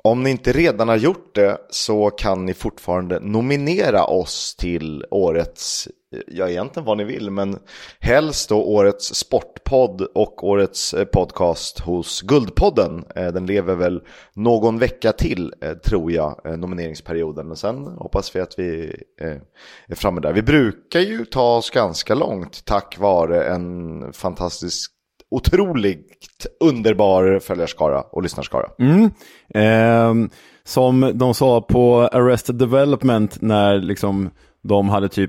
Om ni inte redan har gjort det så kan ni fortfarande nominera oss till årets, ja egentligen vad ni vill, men helst då årets sportpodd och årets podcast hos Guldpodden. Den lever väl någon vecka till, tror jag, nomineringsperioden. Och sen hoppas vi att vi är framme där. Vi brukar ju ta oss ganska långt tack vare en fantastisk, otroligt underbar följarskara och lyssnarskara. Som de sa på Arrested Development när liksom de hade typ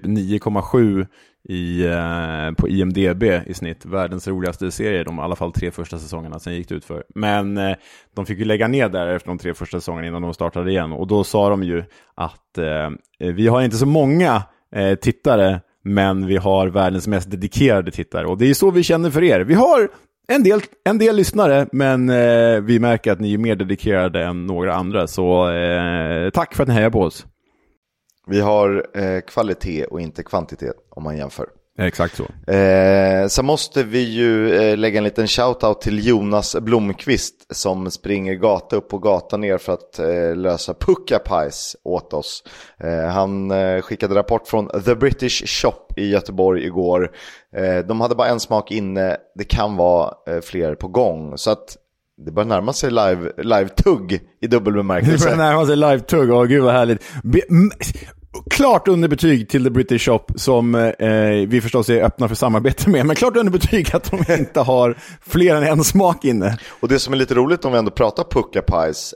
9,7 på IMDb i snitt, världens roligaste serie, de i alla fall 3 första säsongerna, sen gick det ut för. Men de fick ju lägga ner där efter de 3 första säsongerna innan de startade igen, och då sa de ju att vi har inte så många tittare, men vi har världens mest dedikerade tittare, och det är så vi känner för er. Vi har en del lyssnare, men vi märker att ni är mer dedikerade än några andra, så tack för att ni hejar på oss. Vi har kvalitet och inte kvantitet om man jämför. Exakt så. Så måste vi ju lägga en liten shoutout till Jonas Blomqvist som springer gata upp och gata ner för att lösa Pucka Pies åt oss. Han skickade rapport från The British Shop i Göteborg igår. De hade bara en smak inne, det kan vara fler på gång, så att det börjar närma sig live-tugg i dubbelbemärkelse. Det börjar närma sig live-tugg, åh gud vad härligt. Klart underbetyg till The British Shop som vi förstås är öppna för samarbete med, men klart underbetyg att de inte har fler än en smak inne. Och det som är lite roligt om vi ändå pratar Pucka Pies,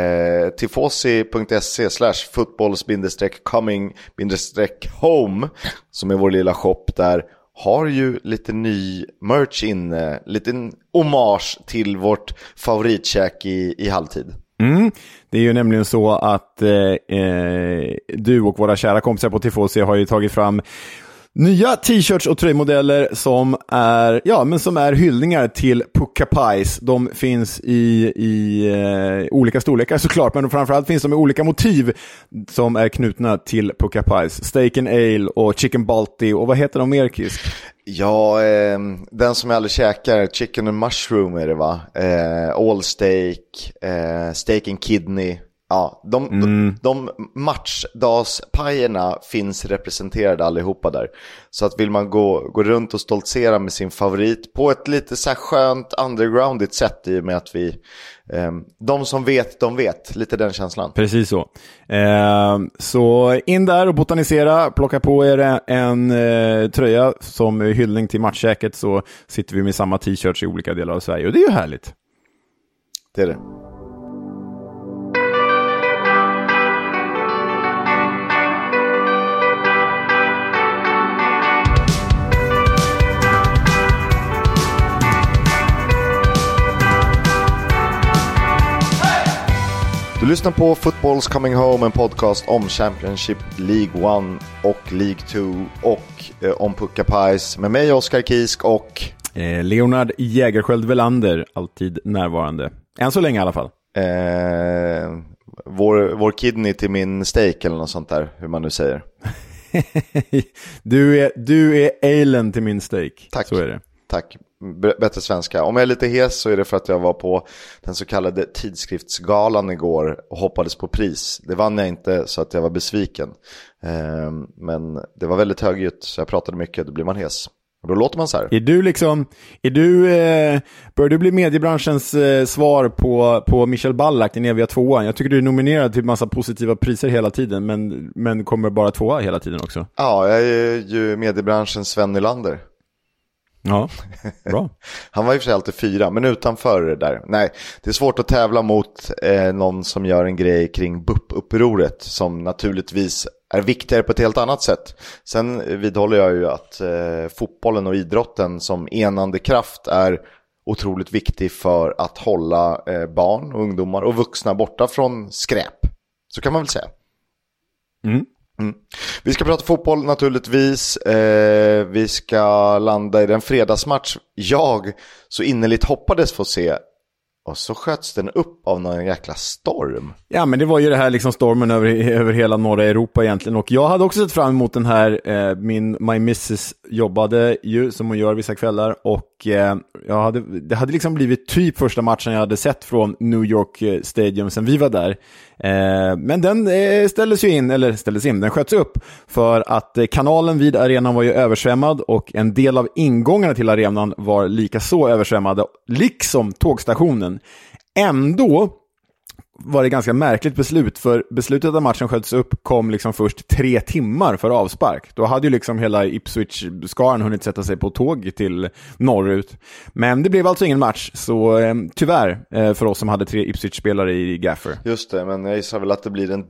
tifosi.se/footballs-coming-home som är vår lilla shop där, har ju lite ny merch inne, lite hommage till vårt favoritkäk i halvtid. Det är ju nämligen så att du och våra kära kompisar på Tifosi har ju tagit fram nya t-shirts och tröjmodeller som är hyllningar till Pucka Pies. De finns i olika storlekar såklart, men framförallt finns de i olika motiv som är knutna till Pucka Pies. Steak and Ale och Chicken Balti, och vad heter de mer, Kisk? Ja, den som jag aldrig käkar, Chicken and Mushroom är det va? All Steak, Steak and Kidney. Ja, de matchdagspajerna finns representerade allihopa där. Så att vill man gå runt och stoltsera med sin favorit på ett lite så här skönt undergroundigt sätt, i och med att vi de som vet, de vet, lite den känslan. Precis så. Så in där och botanisera, plocka på er en tröja som hyllning till matchsäket, så sitter vi med samma t-shirts i olika delar av Sverige, och det är ju härligt. Det är det. Du lyssnar på Footballs Coming Home, en podcast om Championship, League 1 och League 2 och om Pucka Pies med mig, Oskar Kisk, och Leonard Jägerskiöld Velander, alltid närvarande. Än så länge i alla fall. Vår kidney till min steak eller något sånt där, hur man nu säger. Du är alen till min steak. Tack. Så är det. Tack. Bättre svenska. Om jag är lite hes så är det för att jag var på den så kallade tidskriftsgalan igår och hoppades på pris. Det vann jag inte, så att jag var besviken. Men det var väldigt högljutt, så jag pratade mycket. Då blir man hes. Och då låter man så här. Bör du bli mediebranschens svar på Michel Ballack, den eviga tvåan? Jag tycker du är nominerad till massa positiva priser hela tiden, men kommer bara tvåa hela tiden också. Ja, jag är ju mediebranschens Sven Nylander. Ja, bra. Han var ju för sig alltid 4, men utanför det där. Nej, det är svårt att tävla mot någon som gör en grej kring BUP-upproret, som naturligtvis är viktigare på ett helt annat sätt. Sen vidhåller jag ju att fotbollen och idrotten som enande kraft är otroligt viktig för att hålla barn och ungdomar och vuxna borta från skräp. Så kan man väl säga. Vi ska prata fotboll naturligtvis. Vi ska landa i den fredagsmatch jag så innerligt hoppades få se. Och så sköts den upp av någon jäkla storm. Ja, men det var ju det här liksom stormen över hela norra Europa egentligen. Och jag hade också sett fram emot den här. My missus jobbade ju som hon gör vissa kvällar. Och och det hade liksom blivit typ första matchen jag hade sett från New York Stadium sen vi var där. Men den den sköts upp för att kanalen vid arenan var ju översvämmad och en del av ingångarna till arenan var lika så översvämmade, liksom tågstationen. Ändå var det ganska märkligt beslut, för beslutet att matchen sköts upp kom liksom först 3 timmar för avspark. Då hade ju liksom hela Ipswich-skaran hunnit sätta sig på tåg till norrut. Men det blev alltså ingen match, så tyvärr för oss som hade 3 Ipswich-spelare i Gaffer. Just det, men jag gissar väl att det blir en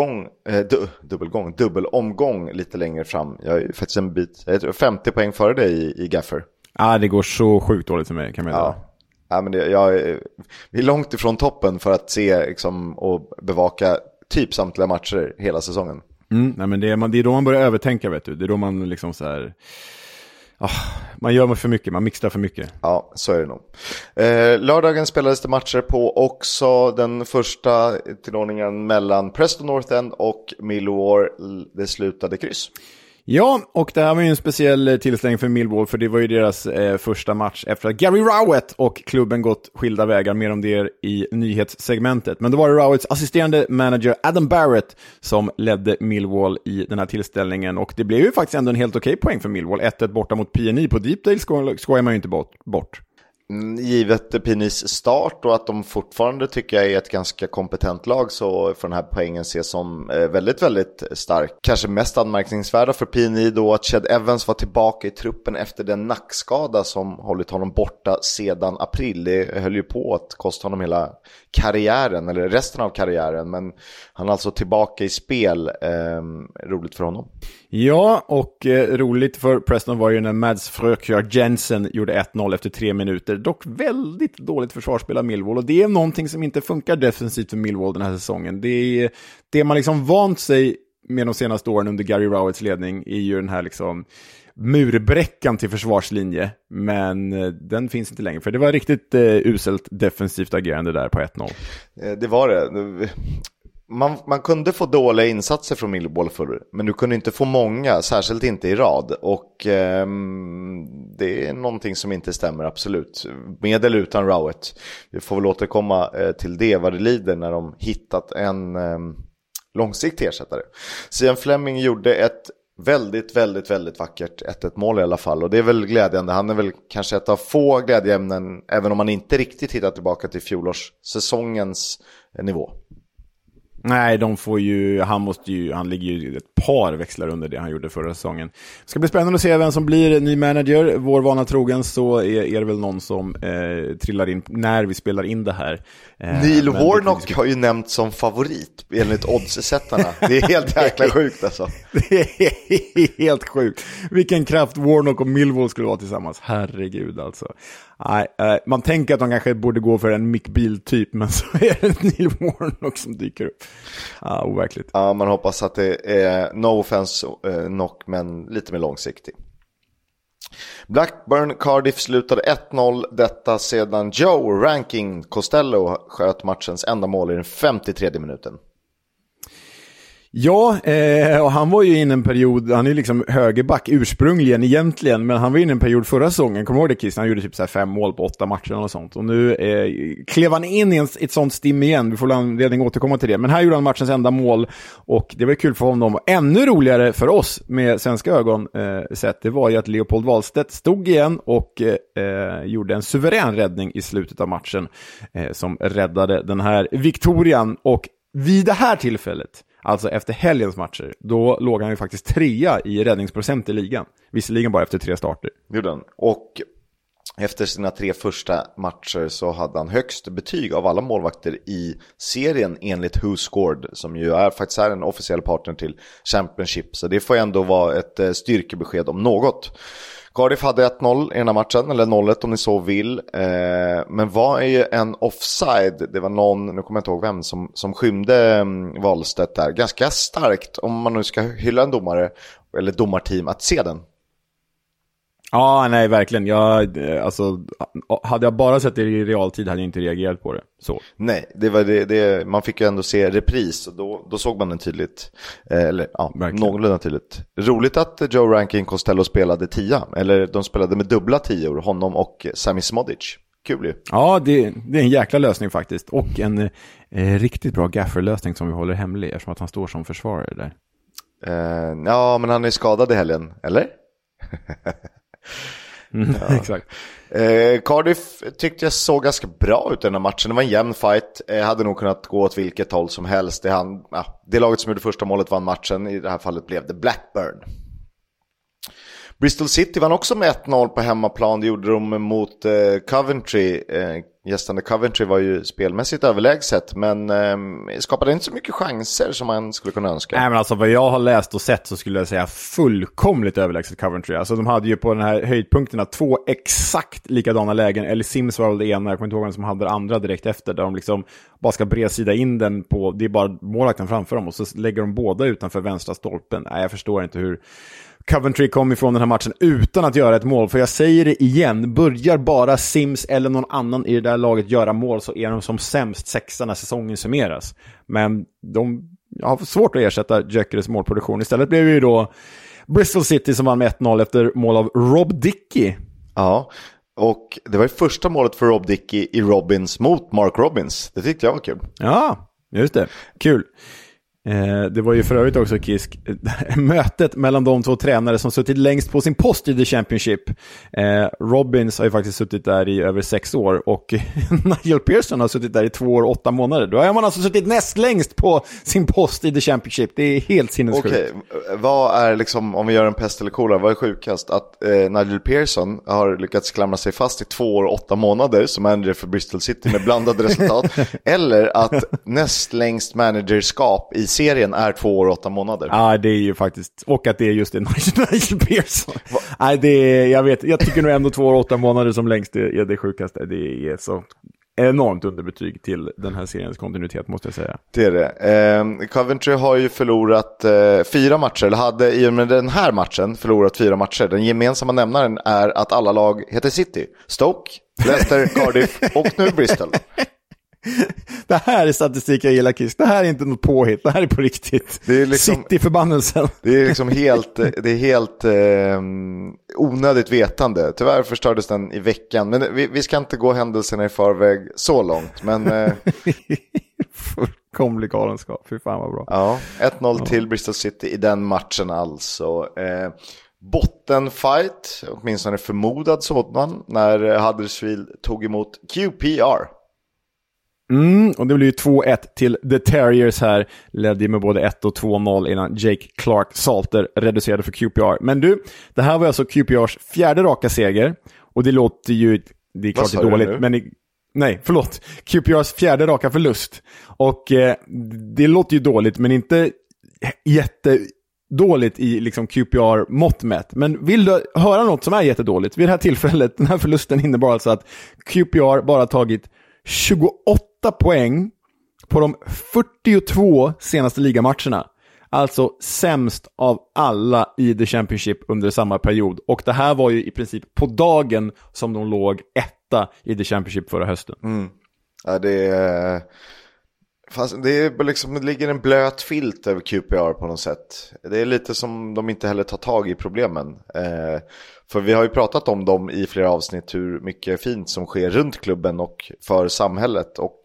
dubbelomgång lite längre fram. Jag är faktiskt en bit, jag tror 50 poäng före dig i Gaffer. Ja, det går så sjukt dåligt för mig, kan man säga. Ja, men vi är långt ifrån toppen för att se liksom, och bevaka typ samtliga matcher hela säsongen. Nej, men det är då man börjar övertänka, vet du. Det är då man liksom så här... man gör för mycket, man mixar för mycket. Ja, så är det nog. Lördagen spelades det matcher på också. Den första tillordningen mellan Preston North End och Millwall, det slutade kryss. Ja, och det här var ju en speciell tillställning för Millwall, för det var ju deras första match efter att Gary Rowett och klubben gått skilda vägar, mer om det i nyhetssegmentet. Men då var det Rowetts assisterande manager Adam Barrett som ledde Millwall i den här tillställningen, och det blev ju faktiskt ändå en helt okej poäng för Millwall. 1-1 borta mot PNI på Deepdale skojar man ju inte bort. Givet Pinis start och att de fortfarande tycker jag är ett ganska kompetent lag, så för den här poängen ses som väldigt, väldigt stark. Kanske mest anmärkningsvärda för Pini då att Ched Evans var tillbaka i truppen efter den nackskada som hållit honom borta sedan april. Det höll ju på att kosta honom hela karriären, eller resten av karriären, men han är alltså tillbaka i spel. Roligt för honom. Ja, och roligt för Preston var ju när Mads Frökjær Jensen gjorde 1-0 efter 3 minuter. Dock väldigt dåligt försvarsspel av Millwall, och det är någonting som inte funkar defensivt för Millwall den här säsongen. Det man liksom vant sig med de senaste åren under Gary Rowetts ledning är ju den här liksom murbräckan till försvarslinje, men den finns inte längre, för det var riktigt uselt defensivt agerande där på 1-0. Det var det. Man kunde få dåliga insatser från Millwall förr, men du kunde inte få många, särskilt inte i rad. Och det är någonting som inte stämmer, absolut. Med eller utan Rowett. Vi får väl återkomma till det vad det lider när de hittat en långsiktig ersättare. Sian Fleming gjorde ett väldigt, väldigt, väldigt vackert 1-1 mål i alla fall. Och det är väl glädjande. Han är väl kanske ett av få glädjeämnen, även om han inte riktigt hittar tillbaka till fjolårssäsongens nivå. Nej, han ligger ju ett par växlar under det han gjorde förra säsongen. Det ska bli spännande att se vem som blir ny manager. Vår vana trogen så är det väl någon som trillar in när vi spelar in det här. Neil Warnock har ju nämnt som favorit enligt oddssättarna. Det är helt jäkla sjukt alltså. Det är helt sjukt. Vilken kraft Warnock och Millwall skulle vara tillsammans. Herregud alltså. Nej, man tänker att de kanske borde gå för en Mick Beale-typ, men så är det Neil Warnock som dyker upp. Overkligt. Ja, man hoppas att det är no offense knock, men lite mer långsiktig. Blackburn Cardiff slutade 1-0, detta sedan Joe Ranking Costello sköt matchens enda mål i den 53:e minuten. Ja, och han var ju inne en period, han är ju liksom högerback ursprungligen egentligen, men han var inne en period förra säsongen, kommer du ihåg det, Chris? Han gjorde typ så här 5 mål på 8 matcher och sånt, och nu klev han in i ett sånt stim igen. Vi får anledning återkomma till det, men här gjorde han matchens enda mål, och det var kul för honom. Ännu roligare för oss med svenska ögon sett, det var ju att Leopold Wahlstedt stod igen och gjorde en suverän räddning i slutet av matchen som räddade den här viktorian. Och vid det här tillfället, alltså efter helgens matcher, då låg han ju faktiskt 3 i räddningsprocent i ligan. Visserligen bara efter 3 starter. Gjorde han. Och efter sina 3 första matcher så hade han högst betyg av alla målvakter i serien enligt Who Scored, som ju faktiskt är en officiell partner till Championship. Så det får ändå vara ett styrkebesked om något. Cardiff hade 1-0 i den här matchen, eller 0-1 om ni så vill. Men vad är ju en offside? Det var någon, nu kommer jag inte ihåg vem, som skymde Wahlstedt där. Ganska starkt, om man nu ska hylla en domare eller domarteam, att se den. Ja, nej, verkligen. Alltså, hade jag bara sett det i realtid hade jag inte reagerat på det. Så. Nej, det var det, man fick ju ändå se repris och då såg man den tydligt. Eller ja, någorlunda tydligt. Roligt att Joe Rankin Costello spelade 10, eller de spelade med dubbla 10, honom och Sami Smodic. Kul ju. Ja, det är en jäkla lösning faktiskt. Och en riktigt bra gafferlösning som vi håller hemlig eftersom att han står som försvarare där. Ja, men han är skadad i helgen, eller? Ja. Exakt. Cardiff tyckte jag såg ganska bra ut den här matchen. Det var en jämn fight. Hade nog kunnat gå åt vilket håll som helst. Det laget som gjorde första målet vann matchen. I det här fallet blev det Blackburn. Bristol City vann också med 1-0 på hemmaplan. Det gjorde de mot Coventry. Gästande Coventry var ju spelmässigt överlägset, men skapade inte så mycket chanser som man skulle kunna önska. Nej, men alltså vad jag har läst och sett så skulle jag säga fullkomligt överlägset Coventry. Alltså de hade ju på den här höjdpunkterna 2 exakt likadana lägen. Eller Sims var väl det ena, jag kommer inte ihåg vem som hade det andra direkt efter. Där de liksom bara ska bredsida in den på, det är bara målvakten framför dem och så lägger de båda utanför vänstra stolpen. Nej, jag förstår inte hur Coventry kom ifrån den här matchen utan att göra ett mål. För jag säger det igen, börjar bara Sims eller någon annan i det där laget göra mål så är de som sämst 6 när säsongen summeras. Men de har svårt att ersätta Gyökeres målproduktion. Istället blev det ju då Bristol City som vann med 1-0 efter mål av Rob Dickie. Ja, och det var ju första målet för Rob Dickie i Robins mot Mark Robins. Det tyckte jag var kul. Ja, just det. Kul. Det var ju för övrigt också Kisk mötet mellan de två tränare som suttit längst på sin post i The Championship. Robins har ju faktiskt suttit där i över 6 år och Nigel Pearson har suttit där i 2 år och 8 månader. Då har man alltså suttit näst längst på sin post i The Championship. Det är helt sinnessjukt. Okej, vad är liksom, om vi gör en pest eller kolera, vad är sjukast? Att Nigel Pearson har lyckats klamra sig fast i 2 år och 8 månader som manager för Bristol City med blandade resultat, eller att näst längst managerskap i serien är 2 år och 8 månader. Ja, det är ju faktiskt, och att det är just det Nigel Pearson. Nej, det är, jag tycker nog ändå 2 år och 8 månader som längst är det sjukaste. Det är så enormt underbetyg till den här seriens kontinuitet, måste jag säga. Det är det. Coventry har ju förlorat 4 matcher, eller hade i och med den här matchen förlorat 4 matcher. Den gemensamma nämnaren är att alla lag heter City. Stoke, Leicester, Cardiff och nu Bristol. Det här är statistik jag gillar, Kiss. Det här är inte något påhitt. Det här är på riktigt. Det är liksom, City-förbannelsen. Det är liksom helt onödigt vetande. Tyvärr förstördes den i veckan. Men vi ska inte gå händelserna i förväg så långt. Men fullkomlig galenskap. Fy fan vad bra. Ja, 1-0 till Bristol City i den matchen alltså. Bottenfight, åtminstone förmodad sådan, när Huddersfield tog emot QPR. Och det blev ju 2-1 till The Terriers här. Ledde med både 1 och 2-0 innan Jake Clark-Salter reducerade för QPR. Men du, det här var alltså QPRs 4:e raka seger. Och det låter ju, det är klart det är dåligt, men QPRs 4:e raka förlust. Och det låter ju dåligt, men inte jättedåligt i liksom QPR-mått mätt. Men vill du höra något som är jättedåligt? Vid det här tillfället, den här förlusten innebar alltså att QPR bara tagit 28 poäng på de 42 senaste ligamatcherna. Alltså sämst av alla i The Championship under samma period. Och det här var ju i princip på dagen som de låg 1:a i The Championship förra hösten. Ja, det är liksom, det ligger en blöt filt över QPR på något sätt. Det är lite som de inte heller tar tag i problemen. För vi har ju pratat om dem i flera avsnitt, hur mycket fint som sker runt klubben och för samhället och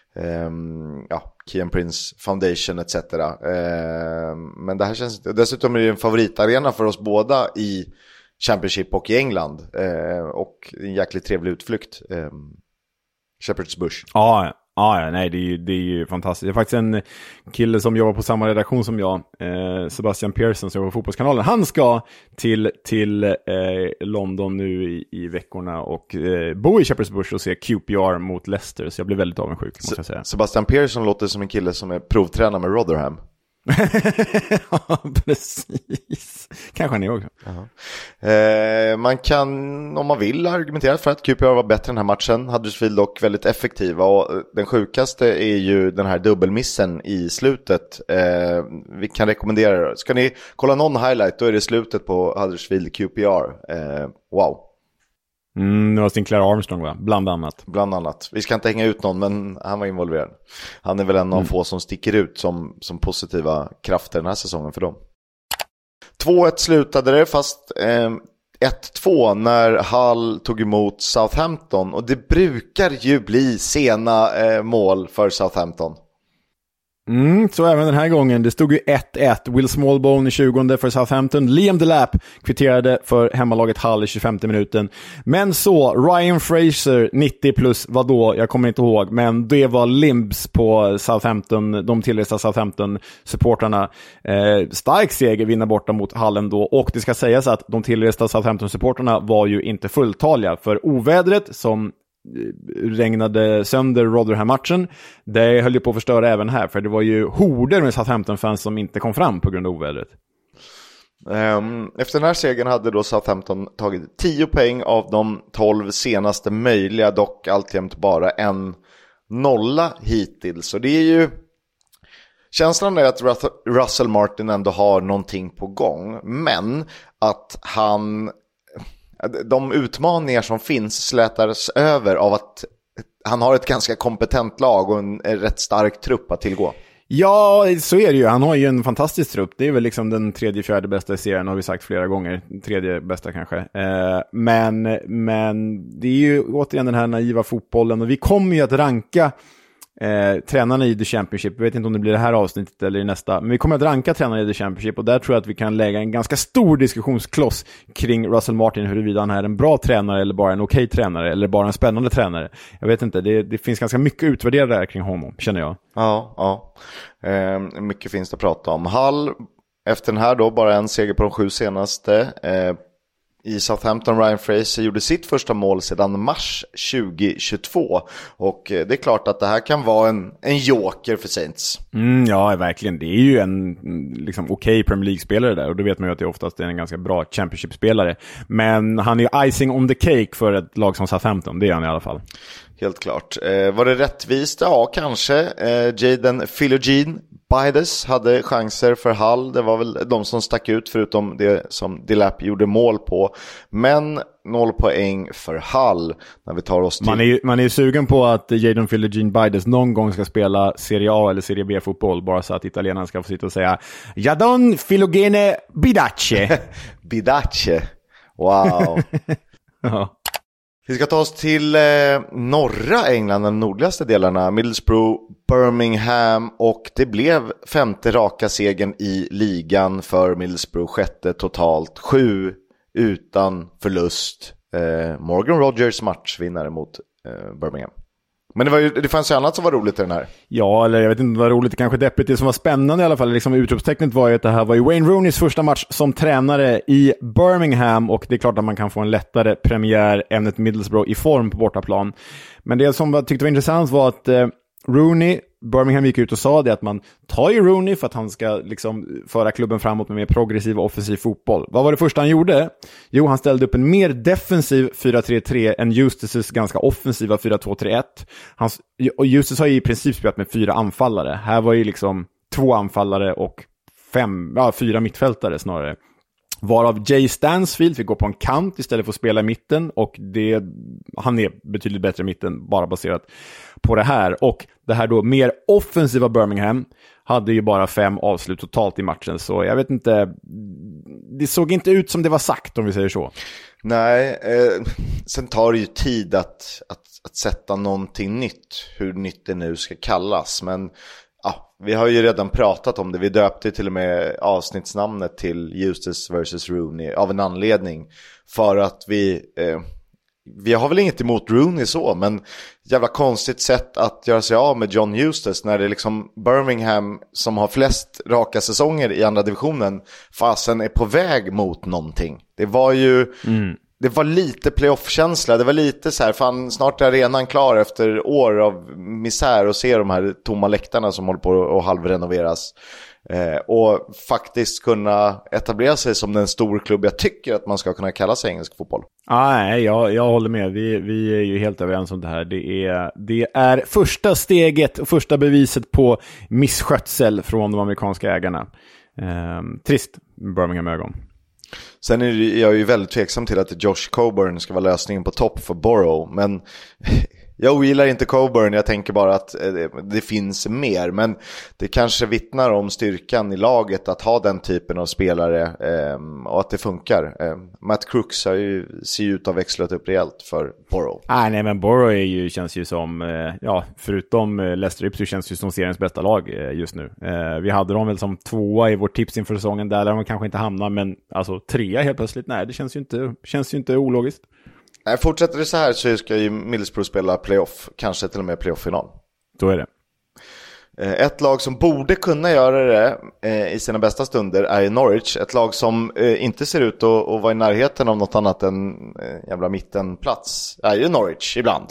Kian Prince Foundation etc. Men det här känns inte. Dessutom är det en favoritarena för oss båda i Championship och i England. Och en jäkligt trevlig utflykt. Shepherd's Bush. Ja, nej, det är ju fantastiskt. Det är faktiskt en kille som jobbar på samma redaktion som jag, Sebastian Pearson, som jobbar på Fotbollskanalen. Han ska till London nu i veckorna och bo i Shepherd's Bush och se QPR mot Leicester. Så jag blir väldigt avundsjuk, måste jag säga. Sebastian Pearson låter som en kille som är provtränare med Rotherham. Ja, precis. Kanske han är också. Man kan, om man vill, argumentera för att QPR var bättre den här matchen. Huddersfield dock väldigt effektiva, och den sjukaste är ju den här dubbelmissen i slutet. Vi kan rekommendera det. Ska ni kolla någon highlight, då är det slutet på Huddersfield QPR. Wow. Det var Sinclair Armstrong, va? Bland annat. Vi ska inte hänga ut någon, men han var involverad. Han är väl en av få som sticker ut som positiva krafter den här säsongen för dem. 2-1 slutade det, fast 1-2 när Hull tog emot Southampton. Och det brukar ju bli sena mål för Southampton. Så även den här gången. Det stod ju 1-1. Will Smallbone i 20 för Southampton. Liam Delap kvitterade för hemmalaget Hull i 25 minuten. Men så, Ryan Fraser 90 plus, vadå? Jag kommer inte ihåg. Men det var limbs på Southampton, de tillresta Southampton-supportarna. Stark seger, vinna borta mot Hull ändå. Och det ska sägas att de tillresta Southampton-supportarna var ju inte fulltaliga. För ovädret som regnade sönder Rotherham-matchen, det höll ju på att förstöra även här, för det var ju horder med Southampton-fans som inte kom fram på grund av ovädret. Efter den här segern hade då Southampton tagit 10 poäng av de 12 senaste möjliga, dock alltjämt bara en nolla hittills. Så det är ju, känslan är att Russell Martin ändå har någonting på gång, men att de utmaningar som finns slätas över av att han har ett ganska kompetent lag och en rätt stark trupp att tillgå. Ja, så är det ju. Han har ju en fantastisk trupp. Det är väl liksom den 3-4 bästa i serien, har vi sagt flera gånger. 3:e bästa kanske. Men det är ju återigen den här naiva fotbollen. Och vi kommer ju att ranka tränarna i The Championship. Jag vet inte om det blir det här avsnittet eller i nästa, men vi kommer att ranka tränarna i The Championship, och där tror jag att vi kan lägga en ganska stor diskussionskloss kring Russell Martin, huruvida han är en bra tränare eller bara en okej tränare eller bara en spännande tränare. Jag vet inte, det finns ganska mycket utvärderat där kring honom, känner jag. Ja. Mycket finns det att prata om. Hull, efter den här då, bara en seger på de 7 senaste. I Southampton, Ryan Fraser gjorde sitt första mål sedan mars 2022. Och det är klart att det här kan vara en joker för Saints. Ja, verkligen. Det är ju en liksom okej Premier League-spelare där. Och då vet man ju att det oftast är en ganska bra Championship-spelare. Men han är ju icing on the cake för ett lag som Southampton. Det är han i alla fall. Helt klart. Var det rättvist? Ja, kanske. Jaden Philogene-Bides hade chanser för Hull. Det var väl de som stack ut, förutom det som Delap gjorde mål på. Men 0 poäng för Hull när vi tar oss till... Man är ju sugen på att Jaden Philogene-Bides någon gång ska spela Serie A eller Serie B-fotboll, bara så att italienarna ska få sitta och säga Jadon Philogene Bidace. Bidace. Wow. Ja. Vi ska ta oss till norra England, de nordligaste delarna, Middlesbrough, Birmingham, och det blev 5:e raka segern i ligan för Middlesbrough, 6:e totalt, 7 utan förlust. Morgan Rogers matchvinnare mot Birmingham. Men det fanns ju annat som var roligt i den här. Ja, eller jag vet inte vad roligt, kanske deppigt. Det som var spännande i alla fall, liksom utropstecknet var ju att det här var ju Wayne Rooneys första match som tränare i Birmingham, och det är klart att man kan få en lättare premiär än ett Middlesbrough i form på bortaplan. Men det som jag tyckte var intressant var att Birmingham gick ut och sa det, att man tar ju Rooney för att han ska liksom föra klubben framåt med mer progressiv och offensiv fotboll. Vad var det första han gjorde? Jo, han ställde upp en mer defensiv 4-3-3 än Eustaces ganska offensiva 4-2-3-1. Och Eustace har ju i princip spelat med 4 anfallare. Här var ju liksom 2 anfallare och 4 mittfältare snarare. Varav Jay Stansfield fick gå på en kant istället för att spela i mitten, och han är betydligt bättre i mitten bara baserat på det här. Och det här då mer offensiva Birmingham hade ju bara 5 avslut totalt i matchen, så jag vet inte, det såg inte ut som det var sagt, om vi säger så. Nej, sen tar det ju tid att sätta någonting nytt, hur nytt det nu ska kallas, men vi har ju redan pratat om det. Vi döpte till och med avsnittsnamnet till Eustace vs. Rooney av en anledning. För att vi har väl inget emot Rooney så, men jävla konstigt sätt att göra sig av med John Eustace när det är liksom Birmingham som har flest raka säsonger i andra divisionen fasen är på väg mot någonting. Det var ju det var lite playoff-känsla. Det var lite så här, fan snart är arenan klar efter år av misär och se de här tomma läktarna som håller på att halvrenoveras. Och faktiskt kunna etablera sig som den stor klubb jag tycker att man ska kunna kalla sig engelsk fotboll. Nej, jag håller med. Vi är ju helt överens om det här. Det är första steget och första beviset på misskötsel från de amerikanska ägarna. Trist, Birmingham-ögon. Sen är jag ju väldigt tveksam till att Josh Coburn ska vara lösningen på topp för Borough. Men jag gillar inte Coburn, jag tänker bara att det finns mer. Men det kanske vittnar om styrkan i laget att ha den typen av spelare och att det funkar. Matt Crooks ser ju ut att ha växlat upp rejält för Borough. Nej, men Borough känns ju som, förutom Leicester Ipswich känns ju som seriens bästa lag just nu. Vi hade dem väl som 2 i vårt tips inför säsongen där de kanske inte hamnar, men alltså 3 helt plötsligt, nej, det känns ju inte ologiskt. Nej, fortsätter det så här så ska ju Middlesbrough spela playoff, kanske till och med playoff-final. Då är det. Ett lag som borde kunna göra det i sina bästa stunder är Norwich. Ett lag som inte ser ut att vara i närheten av något annat än jävla mittenplats. Är ju Norwich ibland.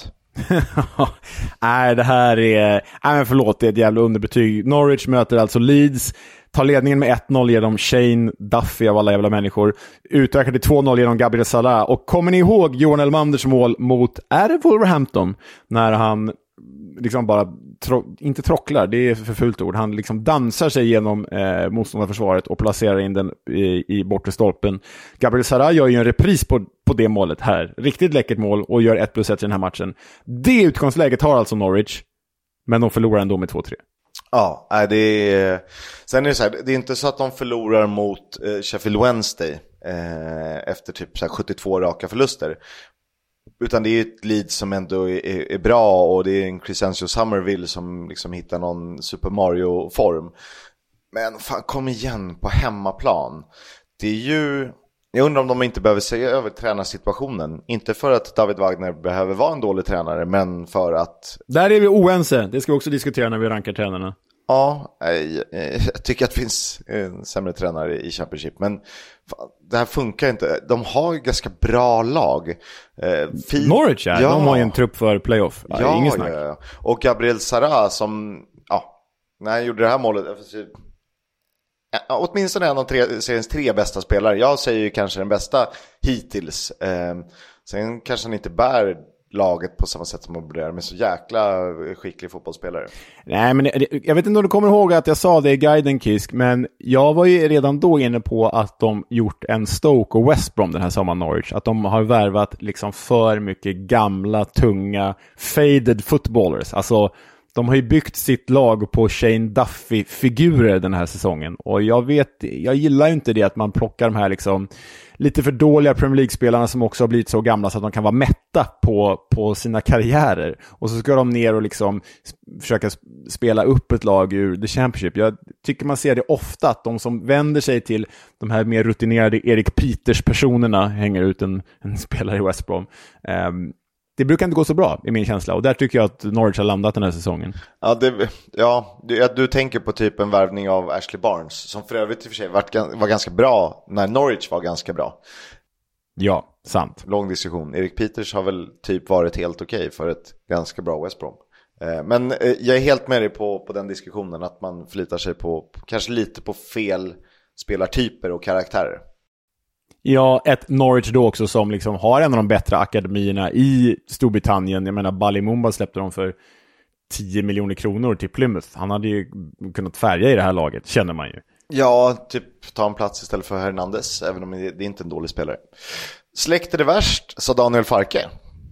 Nej, det här är... Nej, men förlåt, det är ett jävla underbetyg. Norwich möter alltså Leeds. Tar ledningen med 1-0 genom Shane Duffy av alla jävla människor. Utökar till 2-0 genom Gabriel Salah. Och kommer ni ihåg Johan Elmanders mål mot Wolverhampton? När han liksom bara inte trocklar, det är för fult ord. Han liksom dansar sig genom motståndarförsvaret och placerar in den i bortre stolpen. Gabriel Salah gör ju en repris på det målet här. Riktigt läckert mål och gör 1+1 i den här matchen. Det utgångsläget har alltså Norwich, men de förlorar ändå med 2-3. Ja, sen är det så här, det är inte så att de förlorar mot Sheffield Wednesday efter typ så här 72 raka förluster. Utan det är ett Leeds som ändå är bra, och det är en Crescencio Somerville som liksom hittar någon Super Mario-form. Men fan, kom igen på hemmaplan. Det är ju... Jag undrar om de inte behöver se över tränarsituationen. Inte för att David Wagner behöver vara en dålig tränare, men för att... Där är vi oense. Det ska vi också diskutera när vi rankar tränarna. Ja, jag tycker att det finns en sämre tränare i Championship. Men det här funkar inte. De har ju ganska bra lag. Norwich, ja. De har ju en trupp för playoff. Ja, ingen snack. Ja. Och Gabriel Salah som... Ja, när han gjorde det här målet... åtminstone en av seriens 3 bästa spelare. Jag säger ju kanske den bästa hittills. Sen kanske han inte bär laget på samma sätt som man borde göra, med så jäkla skicklig fotbollsspelare. Nej, men jag vet inte om du kommer ihåg att jag sa det i guiden, Kisk, men jag var ju redan då inne på att de gjort en Stoke och West Brom den här sommaren, Norwich. Att de har värvat liksom för mycket gamla, tunga, faded footballers. Alltså, de har ju byggt sitt lag på Shane Duffy-figurer den här säsongen. Och jag gillar ju inte det att man plockar de här liksom lite för dåliga Premier League-spelarna som också har blivit så gamla så att de kan vara mätta på sina karriärer. Och så ska de ner och liksom försöka spela upp ett lag ur The Championship. Jag tycker man ser det ofta att de som vänder sig till de här mer rutinerade Erik Peters-personerna hänger ut en spelare i West Brom. Det brukar inte gå så bra i min känsla, och där tycker jag att Norwich har landat den här säsongen. Du tänker på typ en värvning av Ashley Barnes, som för övrigt i och för sig var ganska bra när Norwich var ganska bra. Ja, sant. Lång diskussion. Erik Peters har väl typ varit helt okej för ett ganska bra West Brom. Men jag är helt med dig på den diskussionen, att man förlitar sig på kanske lite på fel spelartyper och karaktärer. Ja, ett Norwich då också som liksom har en av de bättre akademierna i Storbritannien. Jag menar, Ballymumba släppte de för 10 miljoner kronor till Plymouth. Han hade ju kunnat färga i det här laget, känner man ju. Ja, typ ta en plats istället för Hernandez, även om det är inte en dålig spelare. Släkt är det värst, sa Daniel Farke.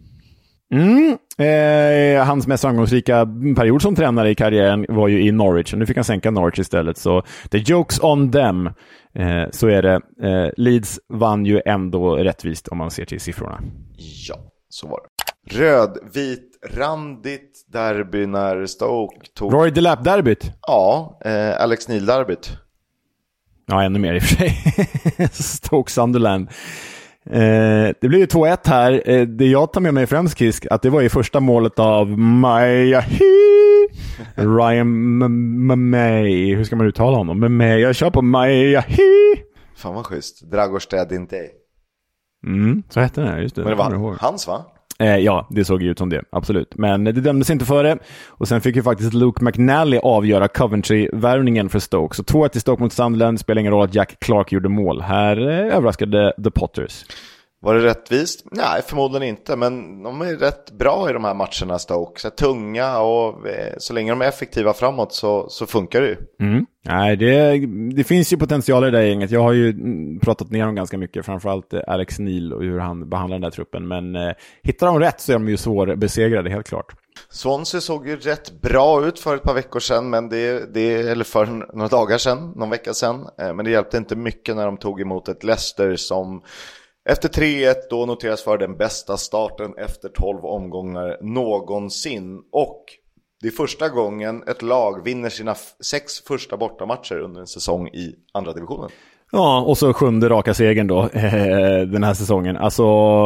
Hans mest framgångsrika period som tränare i karriären var ju i Norwich, och nu fick han sänka Norwich istället, så the joke's on them. Så är det. Leeds vann ju ändå rättvist om man ser till siffrorna. Ja, så var det. Röd-vit randigt derby när Stoke tog... Roy Delap-derbyt? Ja, Alex Neil-derbyt. Ja, ännu mer i och för sig. Stoke Sunderland. Det blir ju 2-1 här. Det jag tar med mig främst, Kisk, att det var ju första målet av Ryan Mamey. Hur ska man uttala honom? Mamey. Jag kör på Mamey. Fan vad schysst. Dragostea inte. Så hette den här, just det. Men det var hans, va? Ja, det såg ju ut som det, absolut. Men det dömdes inte för det. Och sen fick ju faktiskt Luke McNally avgöra Coventry-värvningen för Stoke. Så 2-1 till Stoke mot Sunderland, spelar ingen roll att Jack Clark gjorde mål. Här överraskade The Potters. Var det rättvist? Nej, förmodligen inte. Men de är rätt bra i de här matcherna, Stoke. Så tunga och så länge de är effektiva framåt så funkar det ju. Nej, det finns ju potential i det gänget. Jag har ju pratat ner dem ganska mycket. Framförallt Alex Neil och hur han behandlar den där truppen. Men hittar de rätt så är de ju svårbesegrade, helt klart. Swansea såg ju rätt bra ut för ett par veckor sedan, men eller för några dagar sedan, någon vecka sedan. Men det hjälpte inte mycket när de tog emot ett Leicester som efter 3-1 då noteras för den bästa starten efter 12 omgångar någonsin. Och det är första gången ett lag vinner sina 6 första bortamatcher under en säsong i andra divisionen. Ja, och så 7:e raka segern då den här säsongen. Alltså,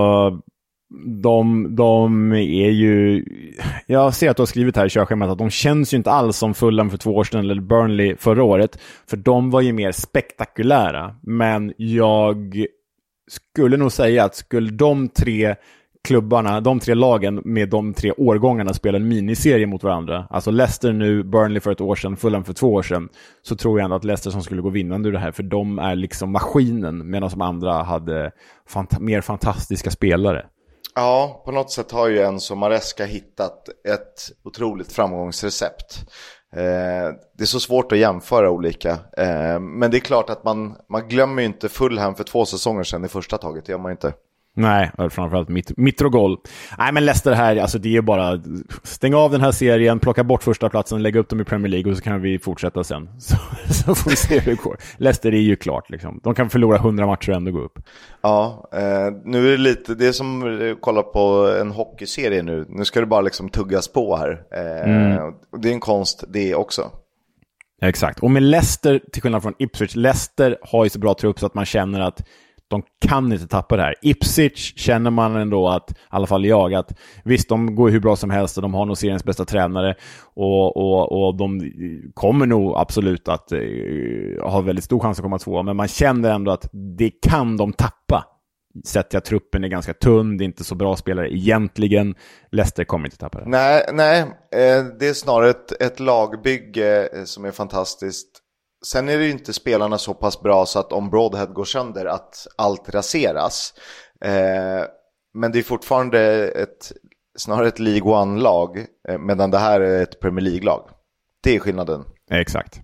de är ju... Jag ser att du har skrivit här i körschemat att de känns ju inte alls som Fulham för 2 år sedan eller Burnley förra året. För de var ju mer spektakulära. Men jag skulle nog säga att skulle de 3 klubbarna, de 3 lagen med de 3 årgångarna spela en miniserie mot varandra, alltså Leicester nu, Burnley för 1 år sedan, Fulham för 2 år sedan, så tror jag ändå att Leicester som skulle gå vinnande ur det här, för de är liksom maskinen, medan de andra hade mer fantastiska spelare. Ja, på något sätt har ju Enzo Maresca hittat ett otroligt framgångsrecept. Det är så svårt att jämföra olika, men det är klart att man glömmer ju inte Fulham för 2 säsonger sedan i första taget, det gör man inte. Nej, framförallt Mitrogol. Nej, men Leicester här, alltså det är bara stänga av den här serien, plocka bort första platsen, lägga upp dem i Premier League och så kan vi fortsätta sen. Så får vi se hur det går. Leicester är ju klart liksom. De kan förlora 100 matcher och ändå gå upp. Ja, nu är det lite, det är som att kolla på en hockeyserie nu. Nu ska det bara liksom tuggas på här. Det är en konst det också. Exakt. Och med Leicester, till skillnad från Ipswich, Leicester har ju så bra trupp så att man känner att de kan inte tappa det här. Ipswich känner man ändå att, i alla fall jag, att visst, de går hur bra som helst och de har nog seriens bästa tränare och de kommer nog absolut att ha väldigt stor chans att komma 2, men man känner ändå att det kan de tappa. Sett att truppen är ganska tunn, det är inte så bra spelare egentligen. Leicester kommer inte tappa det. Nej, det är snarare ett lagbygge som är fantastiskt. Sen är det ju inte spelarna så pass bra så att om Broadhead går sönder att allt raseras. Men det är fortfarande snarare ett League One-lag, medan det här är ett Premier League-lag. Det är skillnaden. Exakt.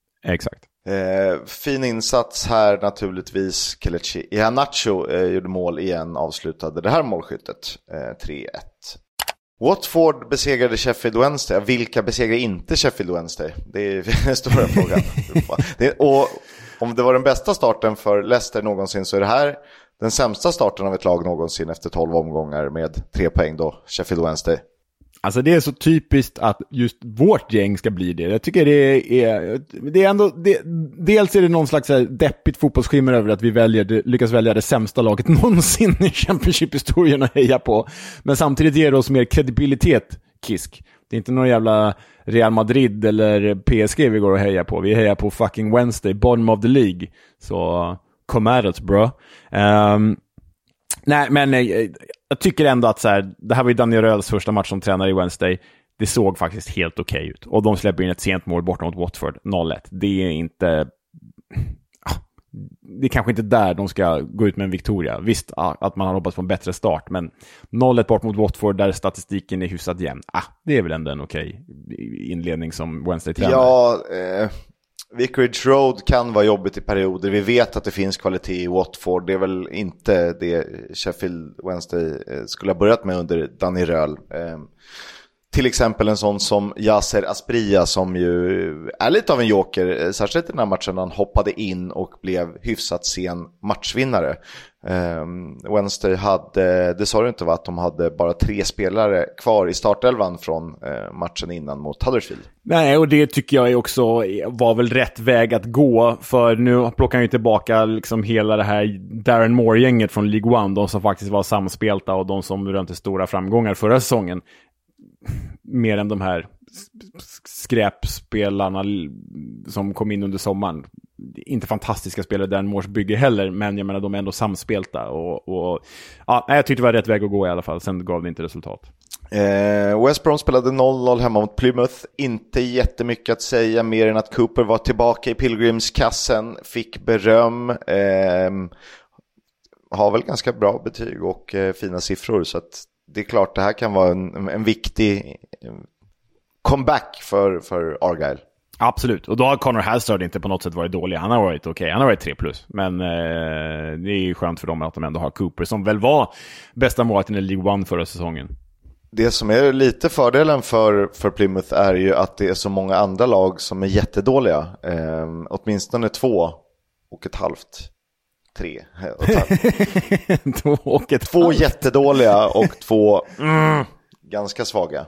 Fin insats här naturligtvis. Kelechi Iheanacho gjorde mål igen, avslutade det här målskyttet 3-1. Watford besegrade Sheffield Wednesday. Vilka besegrar inte Sheffield Wednesday? Det är den stora frågan. Och om det var den bästa starten för Leicester någonsin, så är det här den sämsta starten av ett lag någonsin efter 12 omgångar med 3 poäng då, Sheffield Wednesday. Alltså det är så typiskt att just vårt gäng ska bli det. Jag tycker det är ändå... Dels är det någon slags deppigt fotbollsskimmer över att vi lyckas välja det sämsta laget någonsin i Championship-historien att heja på. Men samtidigt ger det oss mer kredibilitet, Kisk. Det är inte någon jävla Real Madrid eller PSG vi går och hejar på. Vi hejar på fucking Wednesday, bottom of the league. Så come at us, bro. Nej, men jag tycker ändå att så här, det här var ju Daniel Röhls första match som tränare i Wednesday. Det såg faktiskt helt okej ut. Och de släpper in ett sent mål borta mot Watford, 0-1. Det är inte... Det är kanske inte där de ska gå ut med en Victoria. Visst att man har hoppats på en bättre start, men 0-1 bort mot Watford där statistiken är hyfsat jämn. Det är väl ändå en okej inledning som Wednesday-tränare. Ja, Vicarage Road kan vara jobbigt i perioder. Vi vet att det finns kvalitet i Watford. Det är väl inte det Sheffield Wednesday skulle ha börjat med under Danny Röhl. Till exempel en sån som Yasser Asprilla, som ju är lite av en joker, särskilt i den här matchen han hoppade in och blev hyfsat sen matchvinnare. Wednesday hade, det sa du inte, att de hade bara 3 spelare kvar i startelvan från matchen innan mot Huddersfield. Nej, och det tycker jag också var väl rätt väg att gå, för nu plockar han ju tillbaka liksom hela det här Darren Moore-gänget från League One, de som faktiskt var samspelta och de som rönte stora framgångar förra säsongen. Mer än de här skräpspelarna som kom in under sommaren. inte fantastiska spelare Dan Moores bygger heller, men jag menar de är ändå samspelta och ja, jag tyckte det var rätt väg att gå i alla fall, sen gav det inte resultat. West Brom spelade 0-0 hemma mot Plymouth. Inte jättemycket att säga mer än att Cooper var tillbaka i Pilgrimskassen, fick beröm, har väl ganska bra betyg och fina siffror, så att det är klart det här kan vara en viktig comeback för Argyle. Absolut, och då har Connor Hazard inte på något sätt varit dålig. Han har varit okej. Han har varit 3+. Men det är ju skönt för dem att de ändå har Cooper, som väl var bästa målet i League One förra säsongen. Det som är lite fördelen för Plymouth är ju att det är så många andra lag som är jättedåliga. Åtminstone 2,5. 3. 2 jättedåliga och 2 ganska svaga.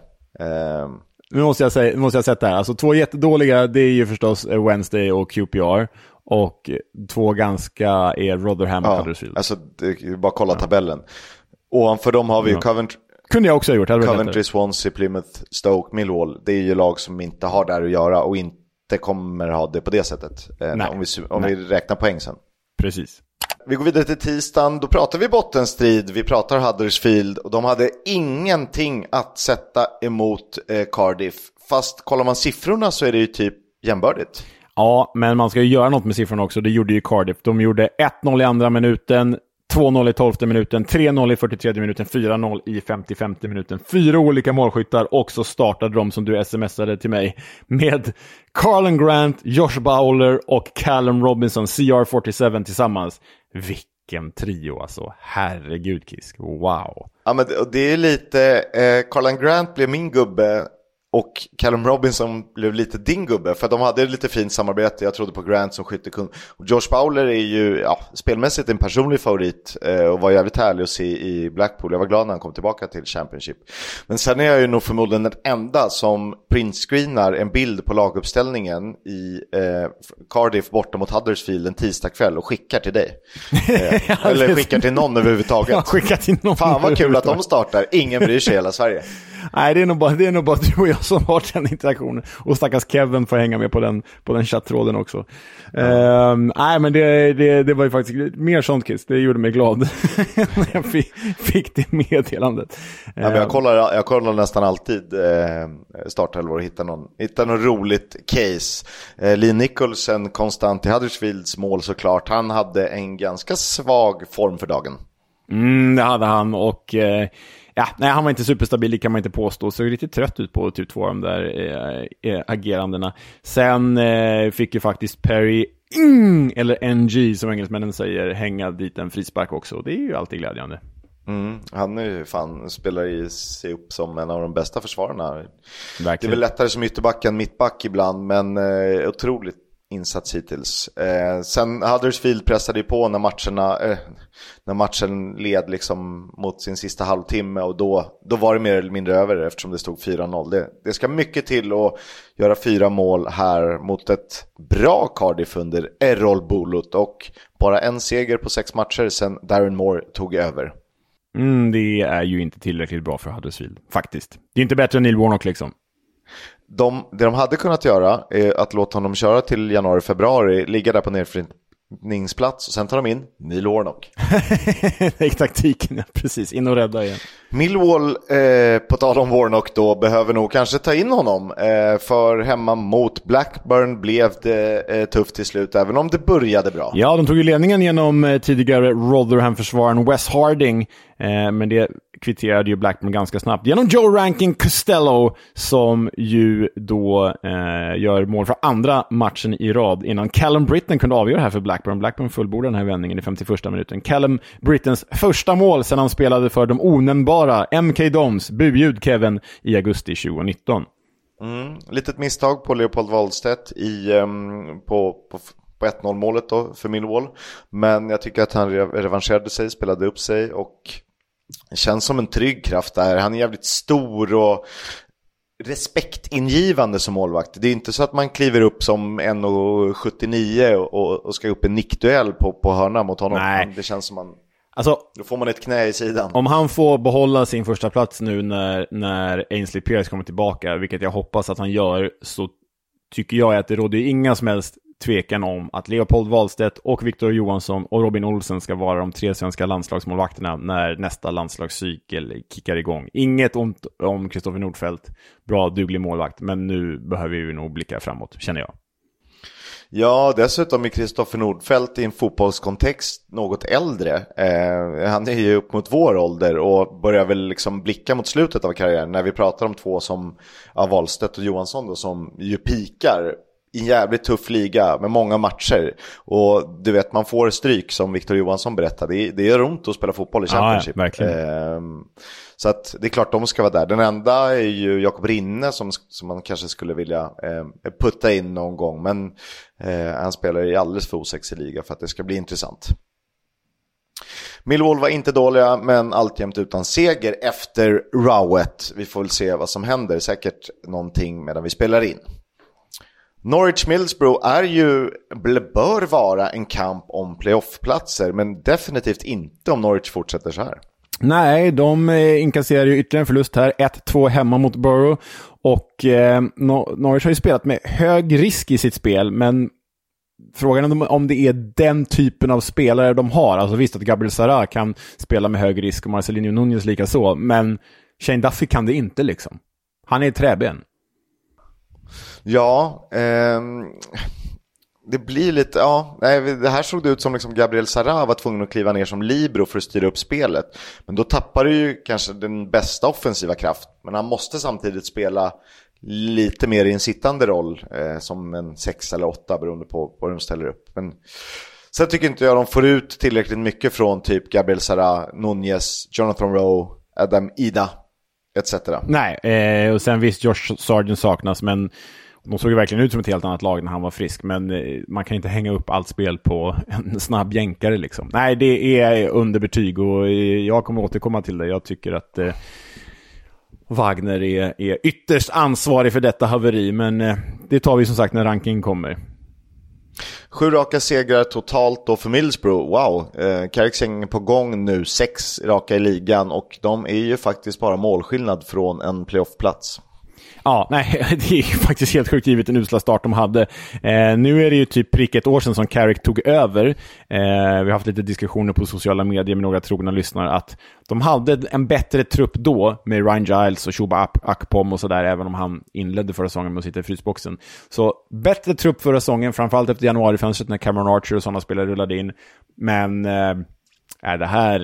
Nu måste jag sätta här. Alltså 2 jättedåliga, det är ju förstås Wednesday och QPR. Och 2 ganska är Rotherham och Huddersfield. Alltså bara kolla tabellen. Ovanför dem har vi ju Coventry. Kunde jag också ha gjort. Coventry, Swansea, Plymouth, Stoke, Millwall. Det är ju lag som inte har där att göra och inte kommer ha det på det sättet. Om vi räknar poäng sen. Precis. Vi går vidare till tisdagen, då pratar vi bottenstrid, vi pratar Huddersfield och de hade ingenting att sätta emot Cardiff. Fast kollar man siffrorna så är det ju typ jämbördigt. Ja, men man ska ju göra något med siffrorna också, det gjorde ju Cardiff. De gjorde 1-0 i andra minuten, 2-0 i 12:e minuten, 3-0 i 43:e minuten, 4-0 i 55:e minuten. 4 olika målskyttar och så startade de, som du smsade till mig, med Karlan Grant, Josh Bowler och Callum Robinson, CR47 tillsammans. Vilken trio alltså, herregud Kisk, wow. Ja, men det är lite, Karlan Grant blev min gubbe och Callum Robinson blev lite din gubbe, för de hade lite fint samarbete. Jag trodde på Grant som skyttekung. Och Josh Bowler är ju spelmässigt en personlig favorit och var jävligt härlig att se i Blackpool. Jag var glad när han kom tillbaka till Championship. Men sen är jag ju nog förmodligen den enda som printscreenar en bild på laguppställningen i Cardiff borta mot Huddersfield en tisdagkväll och skickar till dig. Eller skickar till någon överhuvudtaget. Ja, skickar till någon. Fan vad kul att de startar. Ingen bryr sig i hela Sverige. Nej, det är nog bara du och jag som har den interaktionen. Och stackars Kevin får hänga med på den chatttråden också. Nej, men det var ju faktiskt mer sånt, Kiss. Det gjorde mig glad när jag fick det meddelandet. Ja, men jag kollar nästan alltid startelvor och hittar någon roligt case. Lee Nicholson konstant i Huddersfields mål såklart. Han hade en ganska svag form för dagen. Det hade han och... han var inte superstabil, det kan man inte påstå. Så lite trött ut på typ 2 av de där agerandena. Sen fick ju faktiskt Perry eller NG som engelsmännen säger hänga dit en frispark också. Det är ju alltid glädjande. Han är ju spelar sig upp som en av de bästa försvararna. Verkligen. Det är väl lättare som ytterback än mittback ibland, men otroligt insats hittills. Sen Huddersfield pressade ju på när matchen led liksom mot sin sista halvtimme, och då var det mer eller mindre över eftersom det stod 4-0. Det ska mycket till att göra 4 mål här mot ett bra Cardiff under Errol Bulut, och bara en seger på 6 matcher sen Darren Moore tog över. Det är ju inte tillräckligt bra för Huddersfield, faktiskt. Det är inte bättre än Neil Warnock liksom. Det de hade kunnat göra är att låta honom köra till januari-februari, ligga där på nedflyttningsplats och sen tar de in Neil Warnock. Det är taktiken, ja, precis. In och rädda igen. Millwall, på tal om Warnock då, behöver nog kanske ta in honom. För hemma mot Blackburn blev det tufft till slut, även om det började bra. Ja, de tog ju ledningen genom tidigare Rotherham-försvararen Wes Harding. Men det kvitterade ju Blackburn ganska snabbt genom Joe Rankin Costello, som ju då gör mål för andra matchen i rad innan Callum Britton kunde avgöra här för Blackburn. Blackburn fullbordade den här vändningen i 51:a minuten. Callum Brittons första mål sedan han spelade för de onämnbara MK Dons, buljud Kevin, i augusti 2019. Litet misstag på Leopold Wahlstedt på 1-0 målet då för Millwall, men jag tycker att han revanscherade sig, spelade upp sig och känns som en trygg kraft där. Han är jävligt stor och respektingivande som målvakt. Det är inte så att man kliver upp som 1,79 och ska upp en nickduell på hörna mot honom. Nej. Det känns som alltså, då får man ett knä i sidan. Om han får behålla sin första plats nu när Ainsley Pierce kommer tillbaka, vilket jag hoppas att han gör, så tycker jag att det råder inga som helst tvekan om att Leopold Wahlstedt och Victor Johansson och Robin Olsen ska vara de 3 svenska landslagsmålvakterna när nästa landslagscykel kickar igång. Inget ont om Kristoffer Nordfeldt, bra, duglig målvakt, men nu behöver vi nog blicka framåt, känner jag. Ja, dessutom är Kristoffer Nordfeldt i en fotbollskontext något äldre. Han är ju upp mot vår ålder och börjar väl liksom blicka mot slutet av karriären när vi pratar om 2 som Wahlstedt och Johansson då, som ju pikar i en jävligt tuff liga med många matcher. Och du vet, man får stryk som Victor Johansson berättade. Det är ont att spela fotboll i Championship. Ja, verkligen. Så att det är klart de ska vara där. Den enda är ju Jakob Rinne som man kanske skulle vilja putta in någon gång. Men han spelar i alldeles för osexig liga för att det ska bli intressant. Millwall var inte dåliga, men alltjämt utan seger efter Rowett. Vi får väl se vad som händer. Säkert någonting medan vi spelar in. Norwich Middlesbrough bör vara en kamp om playoffplatser, men definitivt inte om Norwich fortsätter så här. Nej, de inkasserar ju ytterligare en förlust här. 1-2 hemma mot Borough. Och Norwich har ju spelat med hög risk i sitt spel, men frågan är om det är den typen av spelare de har. Alltså visst att Gabriel Sara kan spela med hög risk och Marcelinho Núñez lika så, men Shane Duffy kan det inte liksom. Han är i träben. Ja, det blir lite, det här såg det ut som liksom Gabriel Sara var tvungen att kliva ner som libero för att styra upp spelet. Men då tappar du ju kanske den bästa offensiva kraft. Men han måste samtidigt spela lite mer i en sittande roll, som en 6 eller 8 beroende på vad de ställer upp. Men sen tycker inte jag de får ut tillräckligt mycket från typ Gabriel Sara, Núñez, Jonathan Rowe, Adam Ida etc. Nej, och sen visst Josh Sargent saknas, men de såg ju verkligen ut som ett helt annat lag när han var frisk. Men man kan inte hänga upp allt spel på en snabb jänkare liksom. Nej, det är underbetyg och jag kommer återkomma till det. Jag tycker att Wagner är ytterst ansvarig för detta haveri, men det tar vi som sagt när ranking kommer. 7 raka segrar totalt då för Middlesbrough. Wow, Carrick är på gång nu, 6 raka i ligan och de är ju faktiskt bara målskillnad från en playoffplats. Ja, nej, det är faktiskt helt sjukt givet en usla start de hade. Nu är det ju typ prick ett år sedan som Carrick tog över. Vi har haft lite diskussioner på sociala medier med några trogna lyssnare att de hade en bättre trupp då med Ryan Giles och Chuba Akpom och sådär, även om han inledde förra säsongen med att sitta i frysboxen. Så bättre trupp förra säsongen, framförallt efter januarifönstret när Cameron Archer och sådana spelare rullade in. Men det här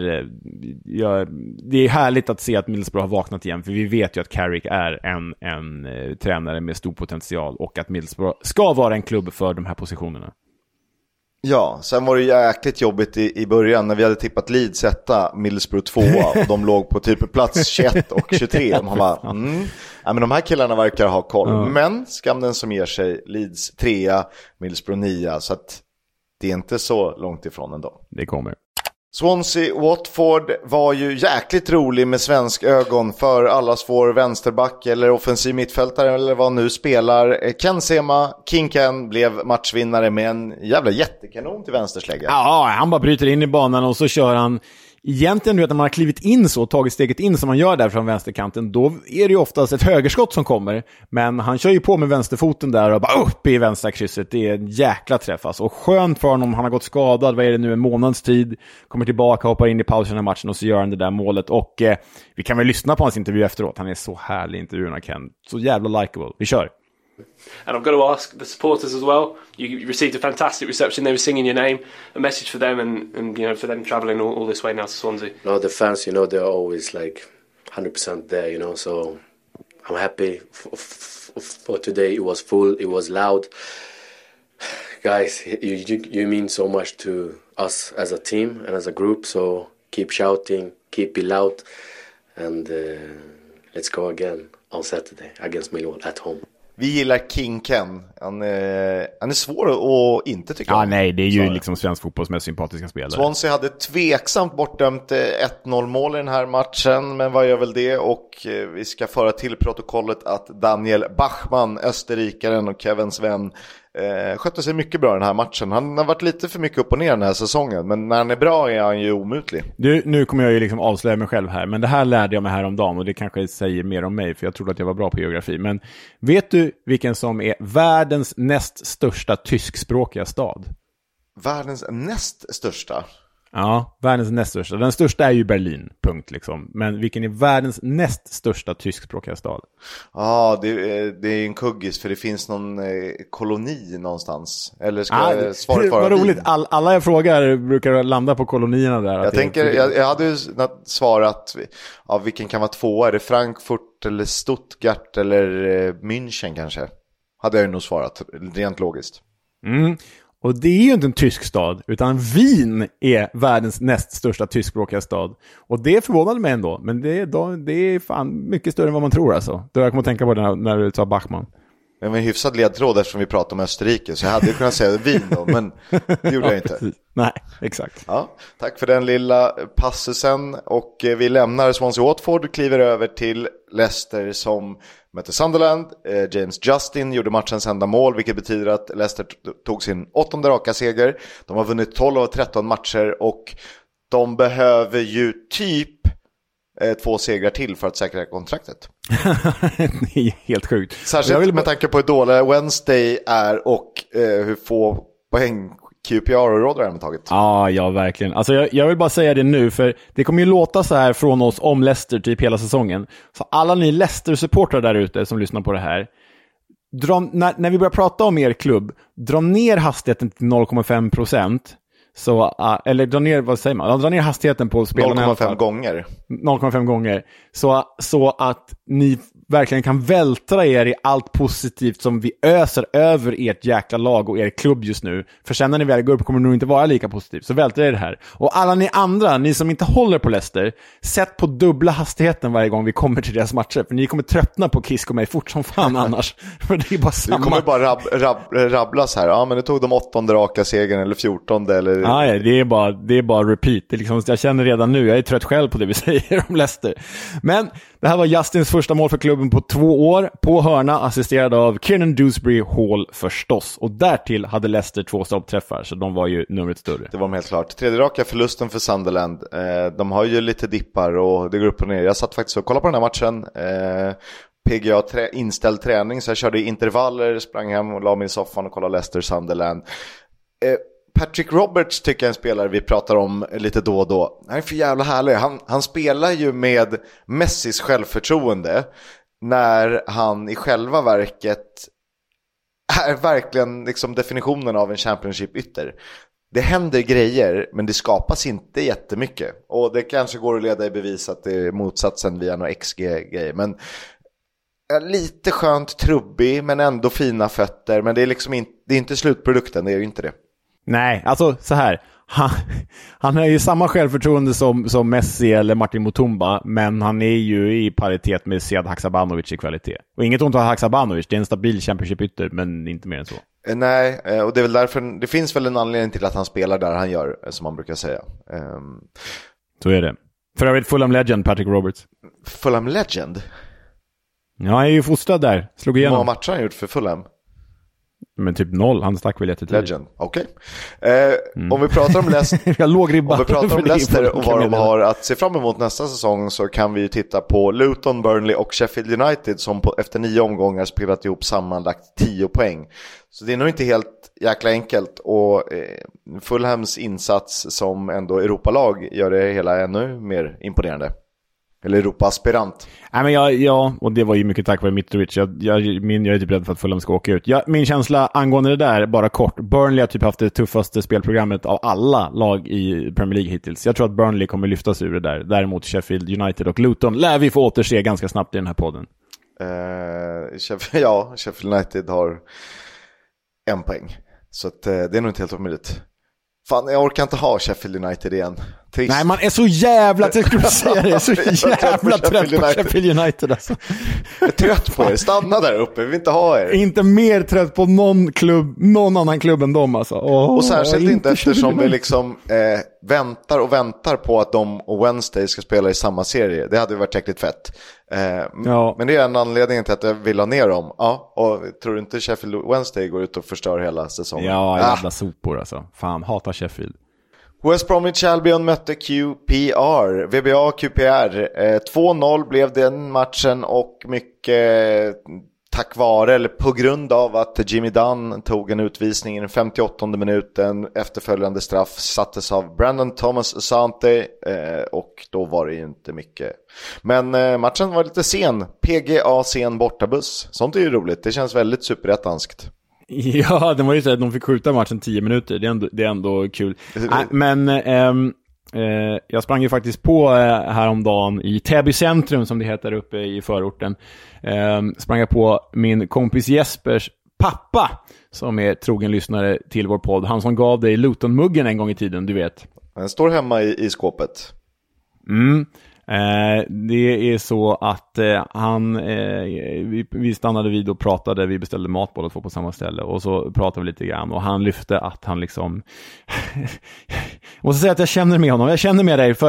det är härligt att se att Middlesbrough har vaknat igen, för vi vet ju att Carrick är en tränare med stor potential och att Middlesbrough ska vara en klubb för de här positionerna. Ja, sen var det jäkligt jobbigt i början när vi hade tippat Leeds 1, Middlesbrough 2 och de låg på typ plats 21 och 23. Man bara, ja, men de här killarna verkar ha koll. Men skam den som ger sig, Leeds 3, Middlesbrough 9, så att det är inte så långt ifrån ändå. Det kommer. Swansea-Watford var ju jäkligt rolig med svensk ögon för allas vår vänsterback eller offensiv mittfältare eller vad nu spelar. Ken Sema, King Ken, blev matchvinnare med en jävla jättekanon till vänsterslägga. Ja, han bara bryter in i banan och så kör han. Egentligen, du vet, när man har klivit in så och tagit steget in som man gör där från vänsterkanten, då är det ju oftast ett högerskott som kommer. Men han kör ju på med vänsterfoten där och bara upp i vänstra krysset. Det är en jäkla träff alltså. Och skönt för honom, han har gått skadad, vad är det nu, en månads tid. Kommer tillbaka, hoppar in i pausen i matchen och så gör han det där målet. Och vi kan väl lyssna på hans intervju efteråt. Han är så härlig i intervjuerna, Ken. Så jävla likeable. Vi kör. And I've got to ask the supporters as well. You received a fantastic reception. They were singing your name. A message for them and you know, for them travelling all this way now to Swansea. No, the fans, you know, they're always like 100% there, you know. So I'm happy for today. It was full. It was loud. Guys, you mean so much to us as a team and as a group. So keep shouting, keep it loud, and let's go again on Saturday against Millwall at home. Vi gillar King Ken. Han är svår att inte tycka om. Ja, nej, det är ju liksom svensk fotbolls mest sympatiska spelare. Swansea hade tveksamt bortdömt 1-0-mål i den här matchen, men vad gör väl det? Och vi ska föra till protokollet att Daniel Bachmann, österrikaren och Kevins vän, skötte sig mycket bra den här matchen. Han har varit lite för mycket upp och ner den här säsongen, men när han är bra är han ju omutlig. Nu kommer jag ju liksom avslöja mig själv här, men det här lärde jag mig häromdagen och det kanske säger mer om mig, för jag trodde att jag var bra på geografi. Men vet du vilken som är världens näst största tyskspråkiga stad? Världens näst största? Ja, världens näst största. Den största är ju Berlin, punkt liksom. Men vilken är världens näst största tyskspråkiga stad? Ja, det är en kuggis, för det finns någon koloni någonstans. Eller ska jag svara vad roligt. Alla jag frågar brukar landa på kolonierna där. Jag hade ju svarat, vilken kan vara två? Är det Frankfurt eller Stuttgart eller München kanske? Hade jag nog svarat, rent logiskt. Och det är ju inte en tysk stad, utan Wien är världens näst största tyskspråkiga stad. Och det förvånade mig ändå, men det är fan mycket större än vad man tror alltså. Det jag kommer att tänka på det när du sa Bachmann. Det var en hyfsad ledtråd eftersom vi pratade om Österrike, så jag hade ju kunnat säga Wien då, men det gjorde jag inte. Precis. Nej, exakt. Ja, tack för den lilla passusen, och vi lämnar Swansea Watford, kliver över till Leicester som mötte Sunderland. James Justin gjorde matchens enda mål, vilket betyder att Leicester tog sin 8:e raka seger. De har vunnit 12 av 13 matcher och de behöver ju typ 2 segrar till för att säkra kontraktet. Det är helt sjukt. Särskilt med tanke på hur dåliga Wednesday är och hur få poäng QPR och Rotherham har tagit. Ja, verkligen. Alltså jag vill bara säga det nu, för det kommer ju låta så här från oss om Leicester typ hela säsongen. Så alla ni Leicester-supportrar där ute som lyssnar på det här, när vi börjar prata om er klubb, dra ner hastigheten till 0,5%. Så, eller dra ner, vad säger man? Dra ner hastigheten på spelarna 0,5 gånger. 0,5 gånger. Så att ni verkligen kan vältra er i allt positivt som vi öser över ert jäkla lag och er klubb just nu. För sen när ni väl går upp kommer det nog inte vara lika positivt. Så vältra er det här. Och alla ni andra, ni som inte håller på Leicester, sätt på dubbla hastigheten varje gång vi kommer till deras matcher. För ni kommer tröttna på Kisk och mig fort som fan annars. För det är bara samma. Vi kommer bara rabblas här. Ja, men det tog de 8:e raka segern eller 14:e eller... Ja, det är bara repeat. Det är liksom, jag känner redan nu, jag är trött själv på det vi säger om Leicester. Men det här var Justins första mål för klubben på 2 år, på hörna, assisterad av Kiernan Dewsbury Hall förstås. Och därtill hade Leicester 2 stolpträffar, så de var ju numret större. Det var helt klart. 3:e raka förlusten för Sunderland. De har ju lite dippar och det går upp och ner. Jag satt faktiskt och kollade på den här matchen. PGA inställd träning, så jag körde i intervaller, sprang hem och la mig i soffan och kollade Leicester Sunderland. Patrick Roberts tycker jag är en spelare vi pratar om lite då och då. Han är för jävla härlig. Han spelar ju med Messis självförtroende när han i själva verket är verkligen liksom definitionen av en Championship-ytter. Det händer grejer, men det skapas inte jättemycket. Och det kanske går att leda i bevis att det är motsatsen via några XG-grejer. Men lite skönt trubbig, men ändå fina fötter. Men det är liksom det är inte slutprodukten, det är ju inte det. Nej, alltså så här. Han har ju samma självförtroende som Messi eller Martin Mutumba, men han är ju i paritet med Sead Haksabanovic i kvalitet. Och inget ont av Haksabanovic, det är en stabil Championship-ytter, men inte mer än så. Nej, och det är väl därför, det finns väl en anledning till att han spelar där han gör, som man brukar säga. Så är det. För övrigt Fulham Legend, Patrick Roberts. Fulham Legend? Ja, han är ju fostrad där, slog igenom. Hur många matcher har han gjort för Fulham? Men typ 0, han stack väl jättetidigt. Legend, okej. Om vi pratar om Leicester och vad de har att se fram emot nästa säsong, så kan vi ju titta på Luton, Burnley och Sheffield United som efter 9 omgångar spelat ihop sammanlagt 10 poäng. Så det är nog inte helt jäkla enkelt, och Fulhams insats som ändå Europalag gör det hela ännu mer imponerande. Eller Europa-aspirant. Nej, men ja, och det var ju mycket tack vare Mitrovic. Jag är typ rädd för att Fulham ska åka ut. Min känsla angående det där, bara kort. Burnley har typ haft det tuffaste spelprogrammet av alla lag i Premier League hittills. Jag tror att Burnley kommer lyftas ur det där. Däremot Sheffield United och Luton lär vi få återse ganska snabbt i den här podden. Sheffield United har 1 poäng. Så att, det är nog inte helt omöjligt. Fan, jag orkar inte ha Sheffield United igen. Trist. Nej, man är så jävla trött på Sheffield United alltså. Jag är trött på er, stanna där uppe, vi vill inte ha er. Inte mer trött på någon annan klubb än dem alltså. Och särskilt inte eftersom vi liksom väntar på att de och Wednesday ska spela i samma serie. Det hade ju varit jäkligt fett. Men det är en anledning till att jag vill ha ner dem. Ja, och tror du inte Sheffield Wednesday går ut och förstör hela säsongen? Ja, jävla sopor alltså. Fan, hatar Sheffield. West Bromwich Albion mötte QPR, VBA QPR. 2-0 blev den matchen, och mycket tack vare eller på grund av att Jimmy Dunn tog en utvisning i den 58:e minuten. Efterföljande straff sattes av Brandon Thomas Asante, och då var det ju inte mycket. Men matchen var lite sen. PGA sen bortabuss. Sånt är ju roligt, det känns väldigt superettanskt. Ja, det var ju så att de fick skjuta matchen 10 minuter. Det är ändå kul. Men jag sprang ju faktiskt på häromdagen i Täby centrum, som det heter, uppe i förorten. Sprang jag på min kompis Jespers pappa, som är trogen lyssnare till vår podd. Han som gav dig Luton-muggen en gång i tiden, du vet. Den står hemma i skåpet. Det är så att vi stannade vid och pratade, vi beställde mat båda två på samma ställe, och så pratade vi lite grann, och han lyfte att han liksom jag måste säga att jag känner med honom, jag känner med dig,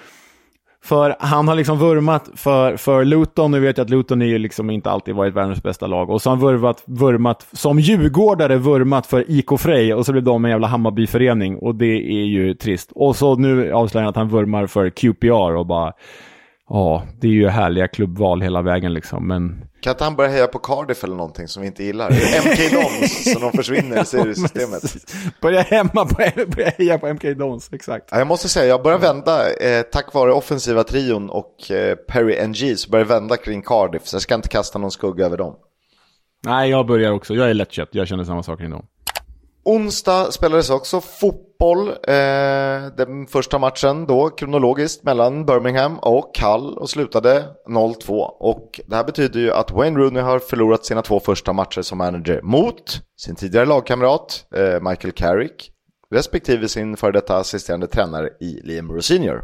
för han har liksom vurmat för Luton. Nu vet jag att Luton är ju liksom inte alltid varit världens bästa lag. Och så har han vurmat som djurgårdare, vurmat för IK Frej. Och så blev de en jävla Hammarbyförening. Och det är ju trist. Och så nu avslöjar han att han vurmar för QPR. Och bara, ja, det är ju härliga klubbval hela vägen liksom. Men kan inte han börja heja på Cardiff eller någonting som vi inte gillar? MK Dons, så de försvinner i seriesystemet. Börja heja på MK Dons, exakt. Jag måste säga, jag börjar vända, tack vare offensiva trion och Perry NG, så börjar jag vända kring Cardiff. Så jag ska inte kasta någon skugga över dem. Nej, jag börjar också. Jag är lättköpt, jag känner samma sak kring dem. Onsdag spelades också fotboll, den första matchen då kronologiskt mellan Birmingham och Hull, och slutade 0-2. Och det här betyder ju att Wayne Rooney har förlorat sina 2 första matcher som manager mot sin tidigare lagkamrat Michael Carrick, respektive sin före detta assisterande tränare i Liam Rowe Sr.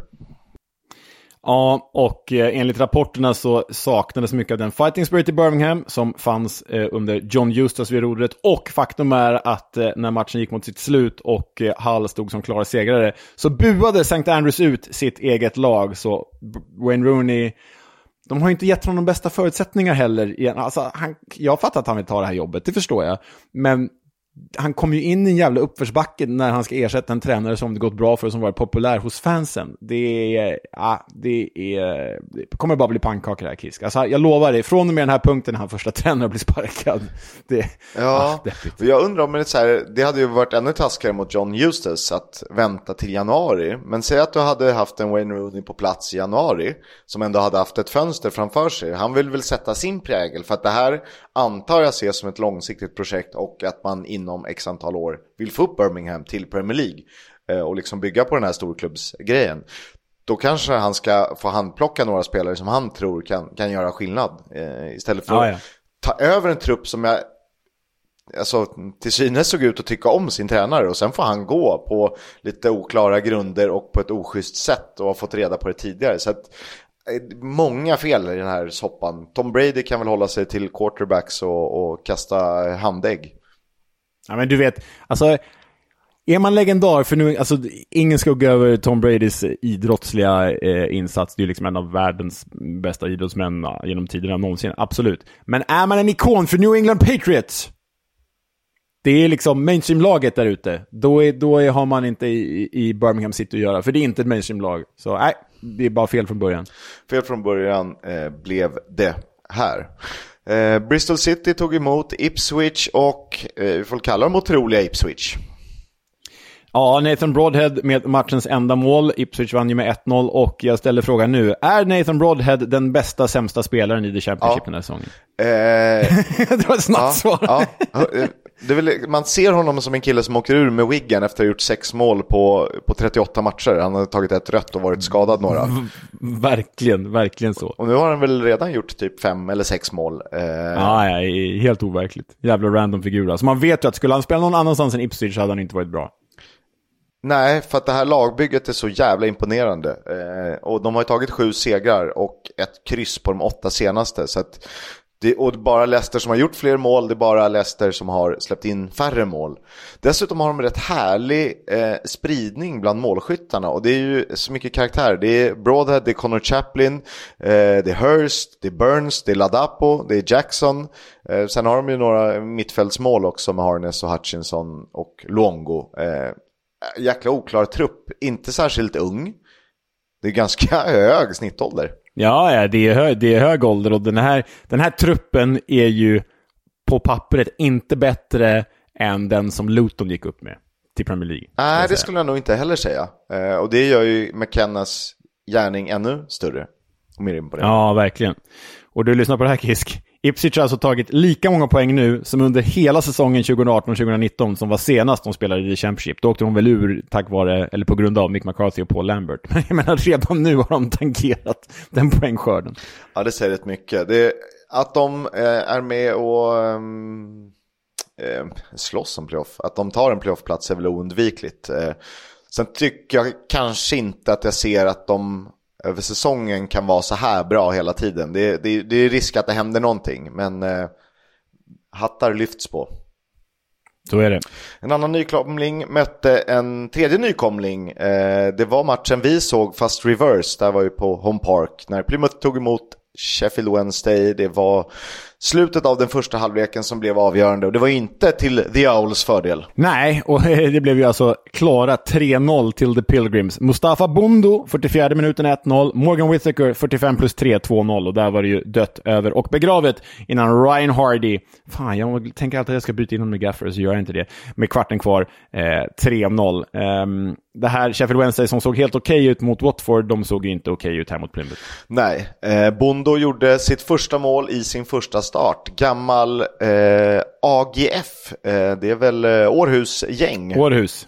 Ja, och enligt rapporterna så saknades mycket av den fighting spirit i Birmingham som fanns under John Eustace vid rodret. Och faktum är att när matchen gick mot sitt slut och Hull stod som klara segrare, så buade St. Andrews ut sitt eget lag. Så Wayne Rooney, de har inte gett honom de bästa förutsättningar heller. Alltså, jag fattar att han vill ta det här jobbet, det förstår jag. Men han kom ju in i en jävla uppförsbacke när han ska ersätta en tränare som det gått bra för och som varit populär hos fansen. Det kommer bara bli pannkaka här, Kisk. Alltså, jag lovar dig, från och med den här punkten när han första tränare blir sparkad. Jag undrar om det hade ju varit ännu taskigare mot John Eustace att vänta till januari. Men säg att du hade haft en Wayne Rooney på plats i januari som ändå hade haft ett fönster framför sig. Han vill väl sätta sin prägel, för att det här antar jag ses som ett långsiktigt projekt, och att man inom x antal år vill få upp Birmingham till Premier League och liksom bygga på den här storklubbsgrejen. Då kanske han ska få handplocka några spelare som han tror kan göra skillnad, istället för att ta över en trupp som jag till synes såg ut att tycka om sin tränare, och sen får han gå på lite oklara grunder och på ett oschysst sätt och har fått reda på det tidigare. Så att många fel i den här soppan. Tom Brady kan väl hålla sig till quarterbacks och kasta handägg. Ja, men du vet, alltså är man legendar, för nu, alltså ingen skugga över Tom Bradys idrottsliga insats, det är ju liksom en av världens bästa idrottsmän genom tiderna någonsin, absolut. Men är man en ikon för New England Patriots, det är liksom mainstream-laget där ute, då har man inte i Birmingham City att göra, för det är inte ett mainstream-lag. Så nej, det är bara fel från början. Fel från början blev det här. Bristol City tog emot Ipswich, och vi får kalla dem otroliga Ipswich. Ja, Nathan Broadhead med matchens enda mål. Ipswich vann ju med 1-0, och jag ställer frågan nu. Är Nathan Broadhead den bästa, sämsta spelaren i The Championship den här säsongen? Det var ett snabbt svar. Ja. Man ser honom som en kille som åker ur med Wigan efter att ha gjort 6 mål på 38 matcher. Han har tagit ett rött och varit skadad några. Verkligen så. Och nu har han väl redan gjort typ 5 eller 6 mål. Ja, helt overkligt. Jävla random figur. Så man vet ju att skulle han spela någon annanstans än Ipswich hade han inte varit bra. Nej, för att det här lagbygget är så jävla imponerande. Och de har ju tagit 7 segrar och ett kryss på de 8 senaste. Så att och bara Leicester som har gjort fler mål, det är bara Leicester som har släppt in färre mål. Dessutom har de rätt härlig spridning bland målskyttarna. Och det är ju så mycket karaktär. Det är Broadhead, det är Connor Chaplin, det är Hurst, det är Burns, det är Ladapo, det är Jackson. Sen har de ju några mittfältsmål också med Harness och Hutchinson och Luongo. Jäkla oklar trupp, inte särskilt ung. Det är ganska hög snittålder. Ja, det är hög ålder, och den här truppen är ju på pappret inte bättre än den som Luton gick upp med till Premier League. Nej, det skulle jag nog inte heller säga. Och det gör ju McKennas gärning ännu större och mer imponerande. Ja, verkligen. Och du lyssnar på det här, Kisk. Ipswich har alltså tagit lika många poäng nu som under hela säsongen 2018-2019 som var senast de spelade i Championship. Då åkte de väl ur tack vare, eller på grund av Mick McCarthy och Paul Lambert. Men jag menar, redan nu har de tangerat den poängskörden. Ja, det säger rätt mycket. Att de är med och slåss om playoff. Att de tar en playoffplats är väl oundvikligt. Sen tycker jag kanske inte att jag ser att de över säsongen kan vara så här bra hela tiden. Det är risk att det händer någonting, men hattar lyfts på. Så är det. En annan nykomling mötte en tredje nykomling. Det var matchen vi såg fast reverse. Där var ju på Home Park när Plymouth tog emot Sheffield Wednesday. Det var slutet av den första halvleken som blev avgörande, och det var inte till The Owls fördel. Nej, och det blev ju alltså klara 3-0 till The Pilgrims. Mustafa Bondo, 44 minuten 1-0. Morgan Whittaker, 45 plus 3, 2-0. Och där var det ju dött över och begravet innan Ryan Hardy. Fan, jag tänker alltid att jag ska byta in med Gaffer, så gör jag inte det. Med kvarten kvar, 3-0. Det här Sheffield Wednesday som såg helt okej ut mot Watford, de såg ju inte okej ut här mot Plymouth. Nej, Bondo gjorde sitt första mål i sin första start. Gammal AGF, det är väl Århus gäng. Århus.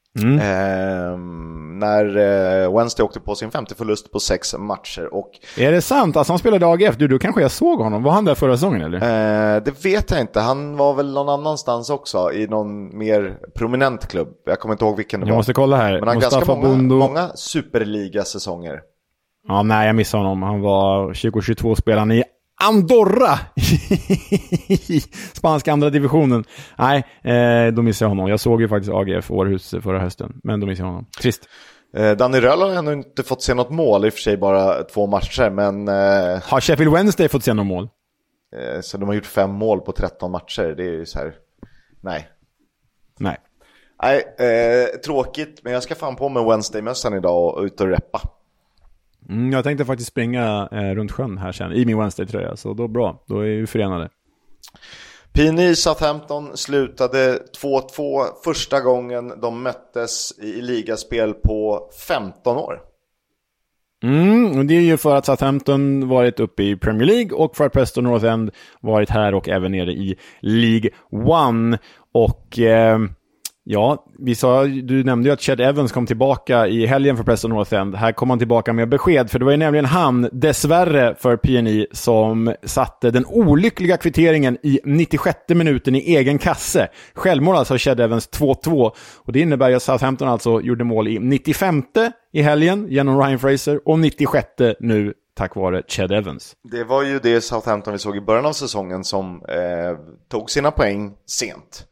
När Wednesday åkte på sin 50 förlust på 6 matcher. Och är det sant? Alltså han spelade AGF, då kanske jag såg honom. Var han där förra säsongen eller? Det vet jag inte. Han var väl någon annanstans också, i någon mer prominent klubb. Jag kommer inte ihåg vilken det var. Jag måste kolla här. Men han har ganska många superliga-säsonger. Ja, nej, jag missade honom. Han var 2022-spelaren i Andorra i spanska andra divisionen. Nej, då missade jag honom. Jag såg ju faktiskt AGF Århus förra hösten, men då missade jag honom. Trist. Danny Röhl har ännu inte fått se något mål, i och för sig bara 2 matcher, men har Sheffield Wednesday fått se något mål? Så de har gjort 5 mål på 13 matcher. Det är ju så här. Nej, tråkigt, men jag ska fan på med Wednesday-mössan idag och ut och reppa. Jag tänkte faktiskt springa runt sjön här sen i min Wednesday-tröja, så då bra, då är vi förenade. PNI Southampton slutade 2-2 första gången de möttes i ligaspel på 15 år. Och det är ju för att Southampton varit uppe i Premier League och för att Preston North End varit här och även nere i League One. Och ja, du nämnde ju att Ched Evans kom tillbaka i helgen för Preston North End. Här kom han tillbaka med besked, för det var ju nämligen han, dessvärre för PNI, som satte den olyckliga kvitteringen i 96 minuten i egen kasse. Självmål alltså Ched Evans 2-2. Och det innebär ju att Southampton alltså gjorde mål i 95 i helgen genom Ryan Fraser och 96 nu tack vare Ched Evans. Det var ju det Southampton vi såg i början av säsongen som tog sina poäng sent.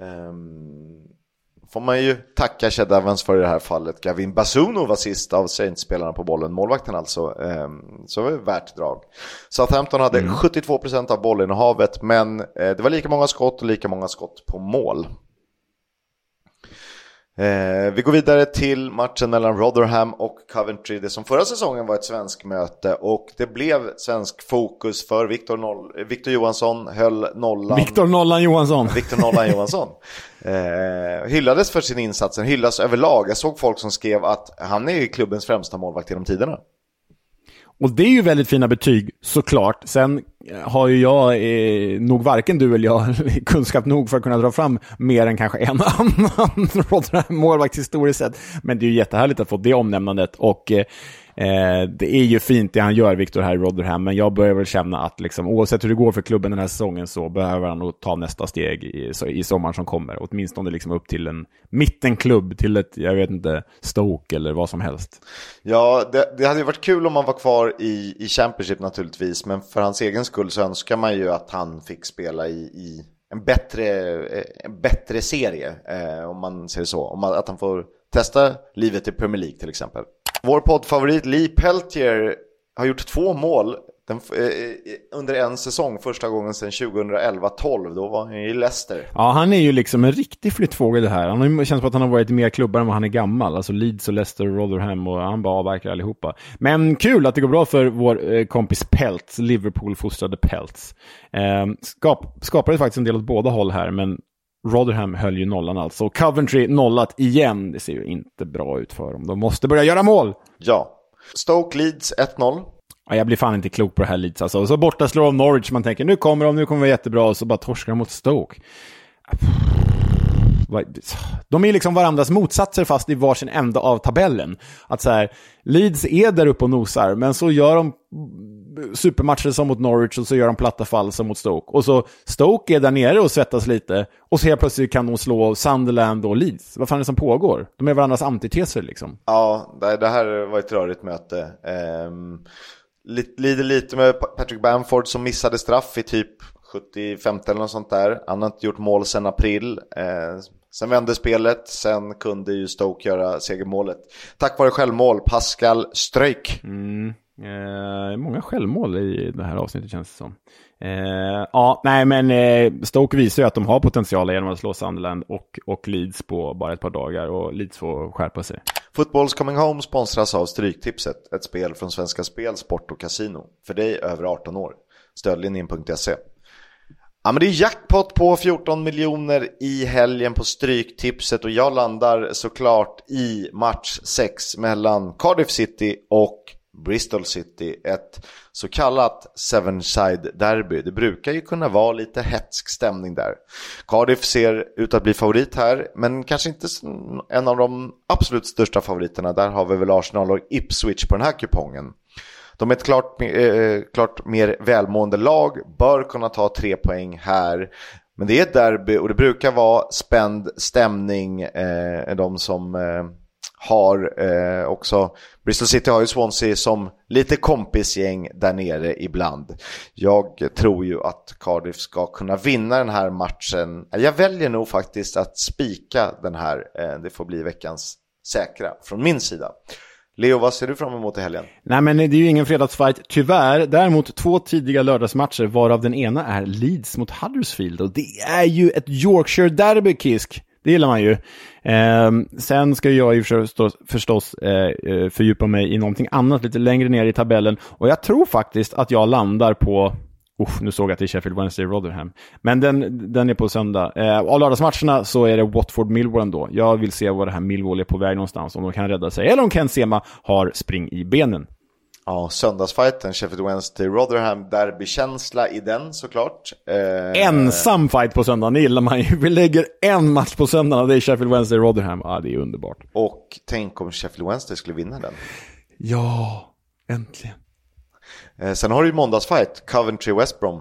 Får man ju tacka Ched Evans för i det här fallet. Gavin Basuno var sist av Saints-spelarna på bollen, målvakten alltså. Så var det värt drag. Southampton hade 72% av bollinnehavet, men det var lika många skott och lika många skott på mål. Vi går vidare till matchen mellan Rotherham och Coventry. Det som förra säsongen var ett svensk möte, och det blev svensk fokus för Victor Johansson höll nollan. Victor Nollan Johansson hyllades för sin insats, hyllas överlag. Jag såg folk som skrev att han är klubbens främsta målvakt genom tiderna. Och det är ju väldigt fina betyg, såklart. Sen har ju jag nog varken du eller jag kunskap nog för att kunna dra fram mer än kanske en annan målvakt historiskt sett. Men det är ju jättehärligt att få det omnämnandet. Och Det är ju fint det han gör, Victor, här i Rotherham, men jag börjar väl känna att liksom, oavsett hur det går för klubben den här säsongen så behöver han nog ta nästa steg i sommaren som kommer. Åtminstone liksom upp till en mittenklubb, till ett, jag vet inte, Stoke eller vad som helst. Ja, det hade ju varit kul om han var kvar i Championship naturligtvis, men för hans egen skull så önskar man ju att han fick spela i en bättre serie, om man säger så. Att han får testa livet i Premier League till exempel. Vår poddfavorit Lee Peltier har gjort 2 mål under en säsong, första gången sedan 2011-12. Då var han i Leicester. Ja, han är ju liksom en riktig flyttfågel det här. Han känns som att han har varit i mer klubbar än vad han är gammal. Alltså Leeds och Leicester och Rotherham, och han bara avverkar allihopa. Men kul att det går bra för vår kompis Peltz, Liverpool-fostrade Peltz. Skapade faktiskt en del åt båda håll här, men Rotherham höll ju nollan alltså. Coventry nollat igen. Det ser ju inte bra ut för dem. De måste börja göra mål. Ja. Stoke Leeds 1-0. Ja, jag blir fan inte klok på det här Leeds alltså. Och så borta slår de Norwich, man tänker nu kommer de vara jättebra, och så bara torskar de mot Stoke. De är liksom varandras motsatser fast i varsin ända av tabellen. Att så här, Leeds är där uppe och nosar, men så gör de supermatcher som mot Norwich, och så gör de platta fall som mot Stoke. Och så Stoke är där nere och svettas lite, och så helt plötsligt kan de slå Sunderland och Leeds. Vad fan är det som pågår? De är varandras antiteser liksom. Ja, det här var ett rörigt möte. Lider lite med Patrick Bamford som missade straff i typ 75 eller något sånt där. Han har inte gjort mål sedan april. Sen vände spelet. Sen kunde ju Stoke göra segermålet. Tack vare självmål. Pascal Strøyk. Många självmål i det här avsnittet känns det som. Stoke visar ju att de har potential genom att slå Sunderland och Leeds på bara ett par dagar. Och Leeds får skärpa sig. Football's Coming Home sponsras av Stryktipset. Ett spel från Svenska Spel, Sport och Casino. För dig över 18 år. Stödlinjen.se. Ja, men det är jackpot på 14 miljoner i helgen på Stryktipset, och jag landar såklart i match 6 mellan Cardiff City och Bristol City. Ett så kallat seven-side derby. Det brukar ju kunna vara lite hetsk stämning där. Cardiff ser ut att bli favorit här, men kanske inte en av de absolut största favoriterna. Där har vi väl Arsenal och Ipswich på den här kupongen. De är ett klart mer välmående lag, bör kunna ta 3 poäng här. Men det är ett derby och det brukar vara spänd stämning. De som har också, Bristol City har ju Swansea som lite kompisgäng där nere ibland. Jag tror ju att Cardiff ska kunna vinna den här matchen. Jag väljer nog faktiskt att spika den här. Det får bli veckans säkra från min sida. Leo, vad ser du fram emot i helgen? Nej, men det är ju ingen fredagsfight, tyvärr. Däremot 2 tidiga lördagsmatcher, varav den ena är Leeds mot Huddersfield. Och det är ju ett Yorkshire derby, Kisk. Det gillar man ju. Sen ska jag ju förstås fördjupa mig i någonting annat lite längre ner i tabellen. Och jag tror faktiskt att jag landar på... nu såg jag att det är Sheffield Wednesday Rotherham. Men den är på söndag. Av lördagsmatcherna så är det Watford-Millwall ändå. Jag vill se vad det här Millwall är på väg någonstans. Om de kan rädda sig. Eller om Ken Sema har spring i benen. Ja, söndagsfighten, Sheffield Wednesday Rotherham, derbykänsla i den såklart. Ensam fight på söndagen, det gillar man ju. Vi lägger en match på söndagen och det är Sheffield Wednesday Rotherham. Ja, det är underbart. Och tänk om Sheffield Wednesday skulle vinna den. Ja, äntligen. Sen har du ju måndagsfight, Coventry West Brom.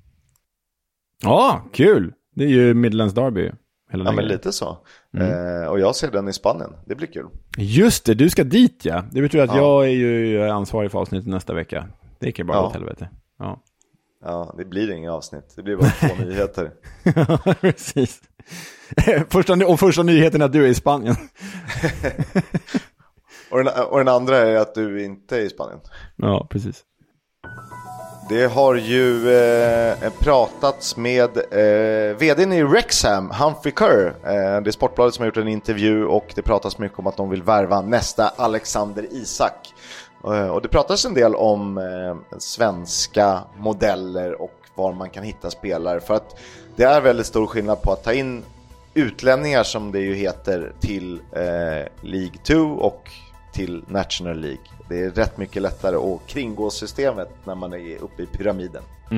Ja, kul. Det är ju Midlands Derby. Ja, men lite så. Och jag ser den i Spanien. Det blir kul. Just det, du ska dit, ja. Det betyder att jag är ju ansvarig för avsnittet nästa vecka. Det gick ju bara åt helvete. Ja, det blir inga avsnitt. Det blir bara 2 nyheter. Ja, precis. Första nyheten är att du är i Spanien. och den andra är att du inte är i Spanien. Ja, precis. Det har ju pratats med vdn i Wrexham, Humphrey Kerr. Det är Sportbladet som har gjort en intervju och det pratas mycket om att de vill värva nästa Alexander Isak. Och det pratas en del om svenska modeller och var man kan hitta spelare. För att det är väldigt stor skillnad på att ta in utlänningar, som det ju heter, till League 2 och till National League. Det är rätt mycket lättare att kringgå systemet när man är uppe i pyramiden.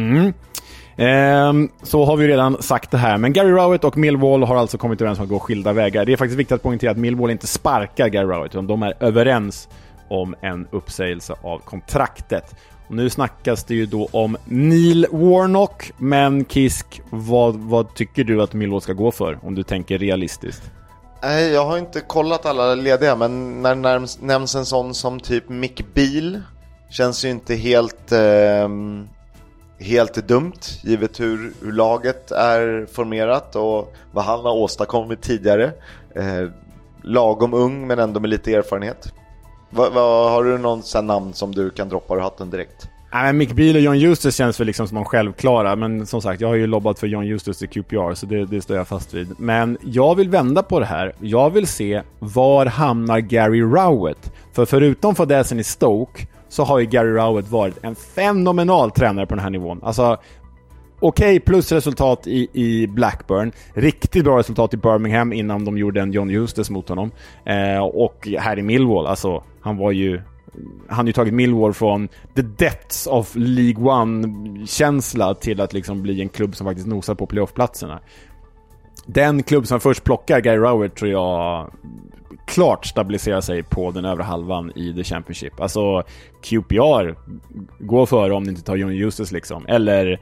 Så har vi redan sagt det här. Men Gary Rowett och Millwall har alltså kommit överens om att gå skilda vägar. Det är faktiskt viktigt att poängtera att Millwall inte sparkar Gary Rowett, utan de är överens om en uppsägelse av kontraktet. Och nu snackas det ju då om Neil Warnock, men Kisk, vad tycker du att Millwall ska gå för om du tänker realistiskt? Nej, jag har inte kollat alla lediga, men när nämns en sån som typ Mick Beal känns ju inte helt dumt givet hur laget är formerat och vad han har åstadkommit tidigare. Lagom ung men ändå med lite erfarenhet. Har du någon sån namn som du kan droppa ur hatten direkt? Nej, Mick Beal och John Eustace känns väl liksom som de självklara, men som sagt, jag har ju lobbat för John Eustace i QPR, så det står jag fast vid. Men jag vill vända på det här. Jag vill se var hamnar Gary Rowett. För förutom fadäsen i Stoke så har ju Gary Rowett varit en fenomenal tränare på den här nivån. Alltså, okej, plus resultat i Blackburn. Riktigt bra resultat i Birmingham innan de gjorde en John Eustace mot honom. Och här i Millwall, alltså, han har ju tagit Millwall från the depths of League One-känsla till att liksom bli en klubb som faktiskt nosar på playoff-platserna. Den klubb som först plockar Gary Rowett tror jag klart stabiliserar sig på den övre halvan i The Championship. Alltså QPR går före om ni inte tar John Eustace liksom. Eller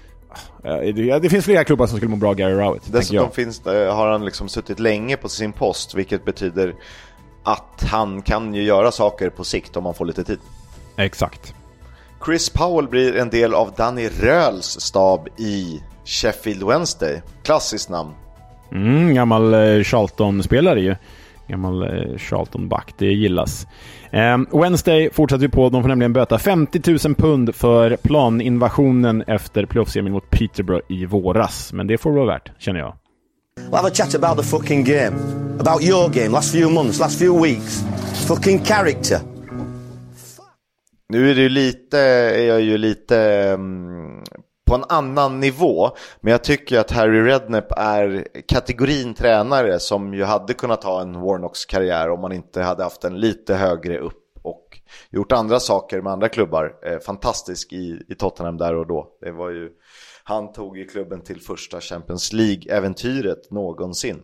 det finns flera klubbar som skulle må bra Gary Rowett. Dessutom har han liksom suttit länge på sin post, vilket betyder att han kan ju göra saker på sikt om man får lite tid. Exakt. Chris Powell blir en del av Danny Röhls stab i Sheffield Wednesday. Klassiskt namn. Gammal Charlton-spelare ju. Gammal Charlton-back, det gillas. Wednesday fortsätter ju på, de får nämligen böta 50 000 pund för planinvasionen efter playoff-serien mot Peterborough i våras. Men det får det vara värt, känner jag. We'll have a chat about the fucking game. About your game, last few months, last few weeks. Fucking character. Nu är jag ju lite på en annan nivå. Men jag tycker att Harry Redknapp är kategorin tränare som ju hade kunnat ha en Warnocks karriär om man inte hade haft en lite högre upp och gjort andra saker med andra klubbar. Fantastisk i Tottenham där och då. Det var ju, han tog ju klubben till första Champions League-äventyret någonsin.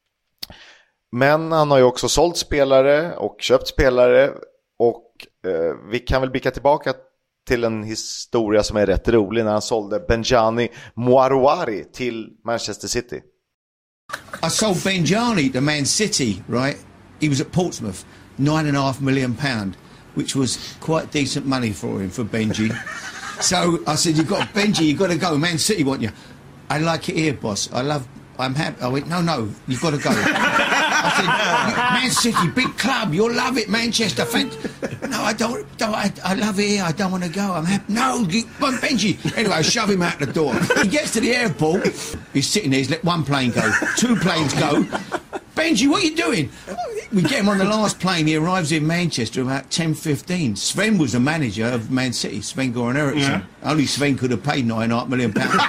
Men han har ju också sålt spelare och köpt spelare. Och vi kan väl blicka tillbaka till en historia som är rätt rolig när han sålde Benjani Mouarouari till Manchester City. I sold Benjani to Man City, right? He was at Portsmouth, £9.5 million, which was quite decent money for him, for Benji. So I said, Benji, you've got to go. Man City want you. I like it here, boss. I'm happy. I went, no, you've got to go. I said, Man City, big club, you'll love it, Manchester. No, I don't. I love it here. I don't want to go. I'm happy. No, Benji. Anyway, I shove him out the door. He gets to the airport. He's sitting there. He's let one plane go. Two planes go. Benji, what are you doing? We get him on the last plane. He arrives in Manchester about 10:15. Sven was the manager of Man City, Sven-Göran Eriksson. Yeah. Only Sven could have paid £9.5 million.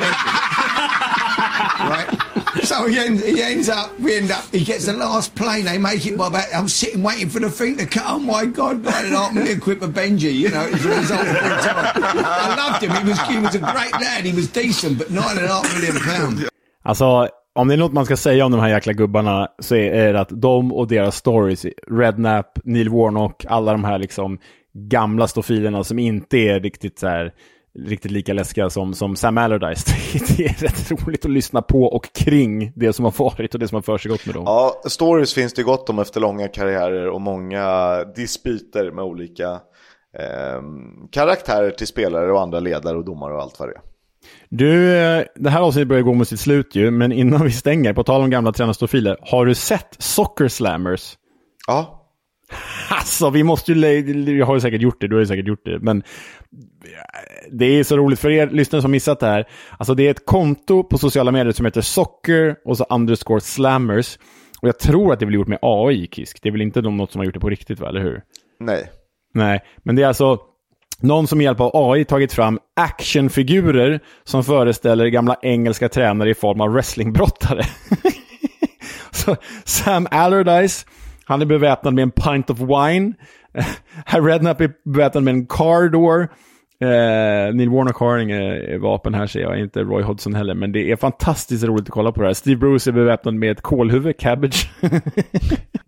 Right? So we end up, he gets the last plane, they make it by about, I'm sitting waiting for the thing to come, oh my God, £9.5 million quid for Benji, you know, it's a result of the time. I loved him, he was a great lad, he was decent, but £9.5 million. Alltså, om det är något man ska säga om de här jäkla gubbarna så är det att de och deras stories, Redknapp, Neil Warnock, alla de här liksom gamla stofilerna som inte är riktigt så här, riktigt lika läskiga som Sam Allardyce. Det är rätt roligt att lyssna på och kring det som har varit och det som har försiggått med dem. Ja, stories finns det gott om efter långa karriärer och många dispyter med olika karaktärer till spelare och andra ledare och domare och allt vad det är. Du, det här avsnittet börjar gå mot sitt slut ju, men innan vi stänger, på tal om gamla tränarstofiler, har du sett Soccer Slammers? Ja. Alltså, vi måste ju, jag har ju säkert gjort det, du har ju säkert gjort det, men det är så roligt för er lyssnare som missat det här. Alltså, det är ett konto på sociala medier som heter Soccer och så _Slammers, och jag tror att det blir gjort med AI, Kisk. Det är väl inte något som har gjort det på riktigt, va, eller hur? Nej, men det är alltså någon som med hjälp av AI tagit fram actionfigurer som föreställer gamla engelska tränare i form av wrestlingbrottare. Så Sam Allardyce, han är beväpnad med en pint of wine. Herr Redknapp är beväpnad med en car door. Neil Warnock har inga vapen här, ser jag, inte Roy Hodgson heller, men det är fantastiskt roligt att kolla på det här. Steve Bruce är beväpnad med ett kålhuvud, cabbage.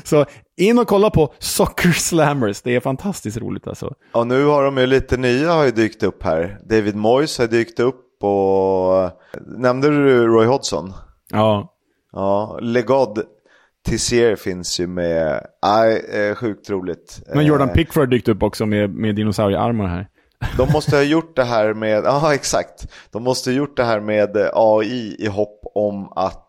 Så in och kolla på Soccer Slammers. Det är fantastiskt roligt alltså. Och nu har de ju lite nya har ju dykt upp här. David Moyes har dykt upp och nämnde du Roy Hodgson? Ja. Ja, Legod Tissier finns ju med. Sjukt roligt. Men Jordan Pickford dykt upp också med dinosauriearmar här. De måste ha gjort det här med, exakt. De måste ha gjort det här med AI i hopp om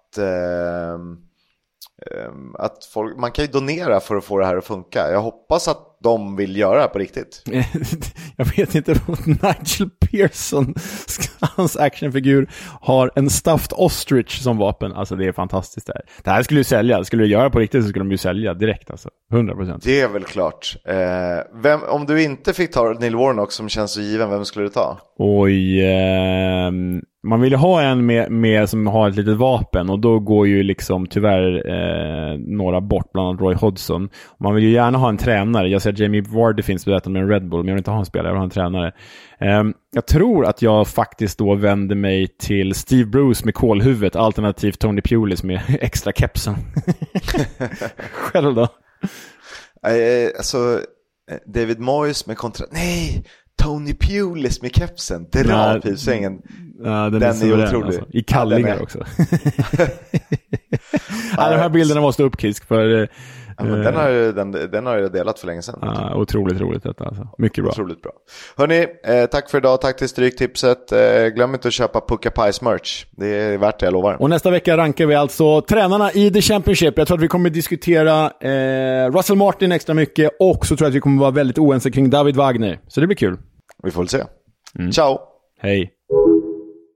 att folk, man kan ju donera för att få det här att funka. Jag hoppas att de vill göra det på riktigt. Jag vet inte, Nigel Pearson, hans actionfigur, har en stuffed ostrich som vapen. Alltså det är fantastiskt där. Det här skulle ju sälja. Skulle du göra på riktigt så skulle de ju sälja direkt alltså. 100%. Det är väl klart. Om du inte fick ta Neil Warnock som känns så given, vem skulle du ta? Oj, man vill ju ha en med som har ett litet vapen, och då går ju liksom tyvärr några bort, bland annat Roy Hodgson. Man vill ju gärna ha en tränare. Jag säger Jamie Vardy finns berättat med en Red Bull, men jag vill inte ha en spelare, jag vill ha en tränare. Jag tror att jag faktiskt då vänder mig till Steve Bruce med kolhuvudet, alternativt Tony Pulis med extra kepsen. Själv då? Alltså David Moyes med Nej, Tony Pulis med kepsen. Drapivsängen. Den är otrolig. Alltså. I kallingar också. De här bilderna måste upp, Kisk, för den har jag delat för länge sedan. Otroligt roligt detta alltså. Mycket bra. Otroligt bra. Hörrni, tack för idag. Tack till Stryktipset. Glöm inte att köpa Pucka Pies merch. Det är värt det, jag lovar. Och nästa vecka rankar vi alltså tränarna i The Championship. Jag tror att vi kommer diskutera Russell Martin extra mycket, och så tror jag att vi kommer vara väldigt oense kring David Wagner. Så det blir kul. Vi får väl se. Ciao. Hej.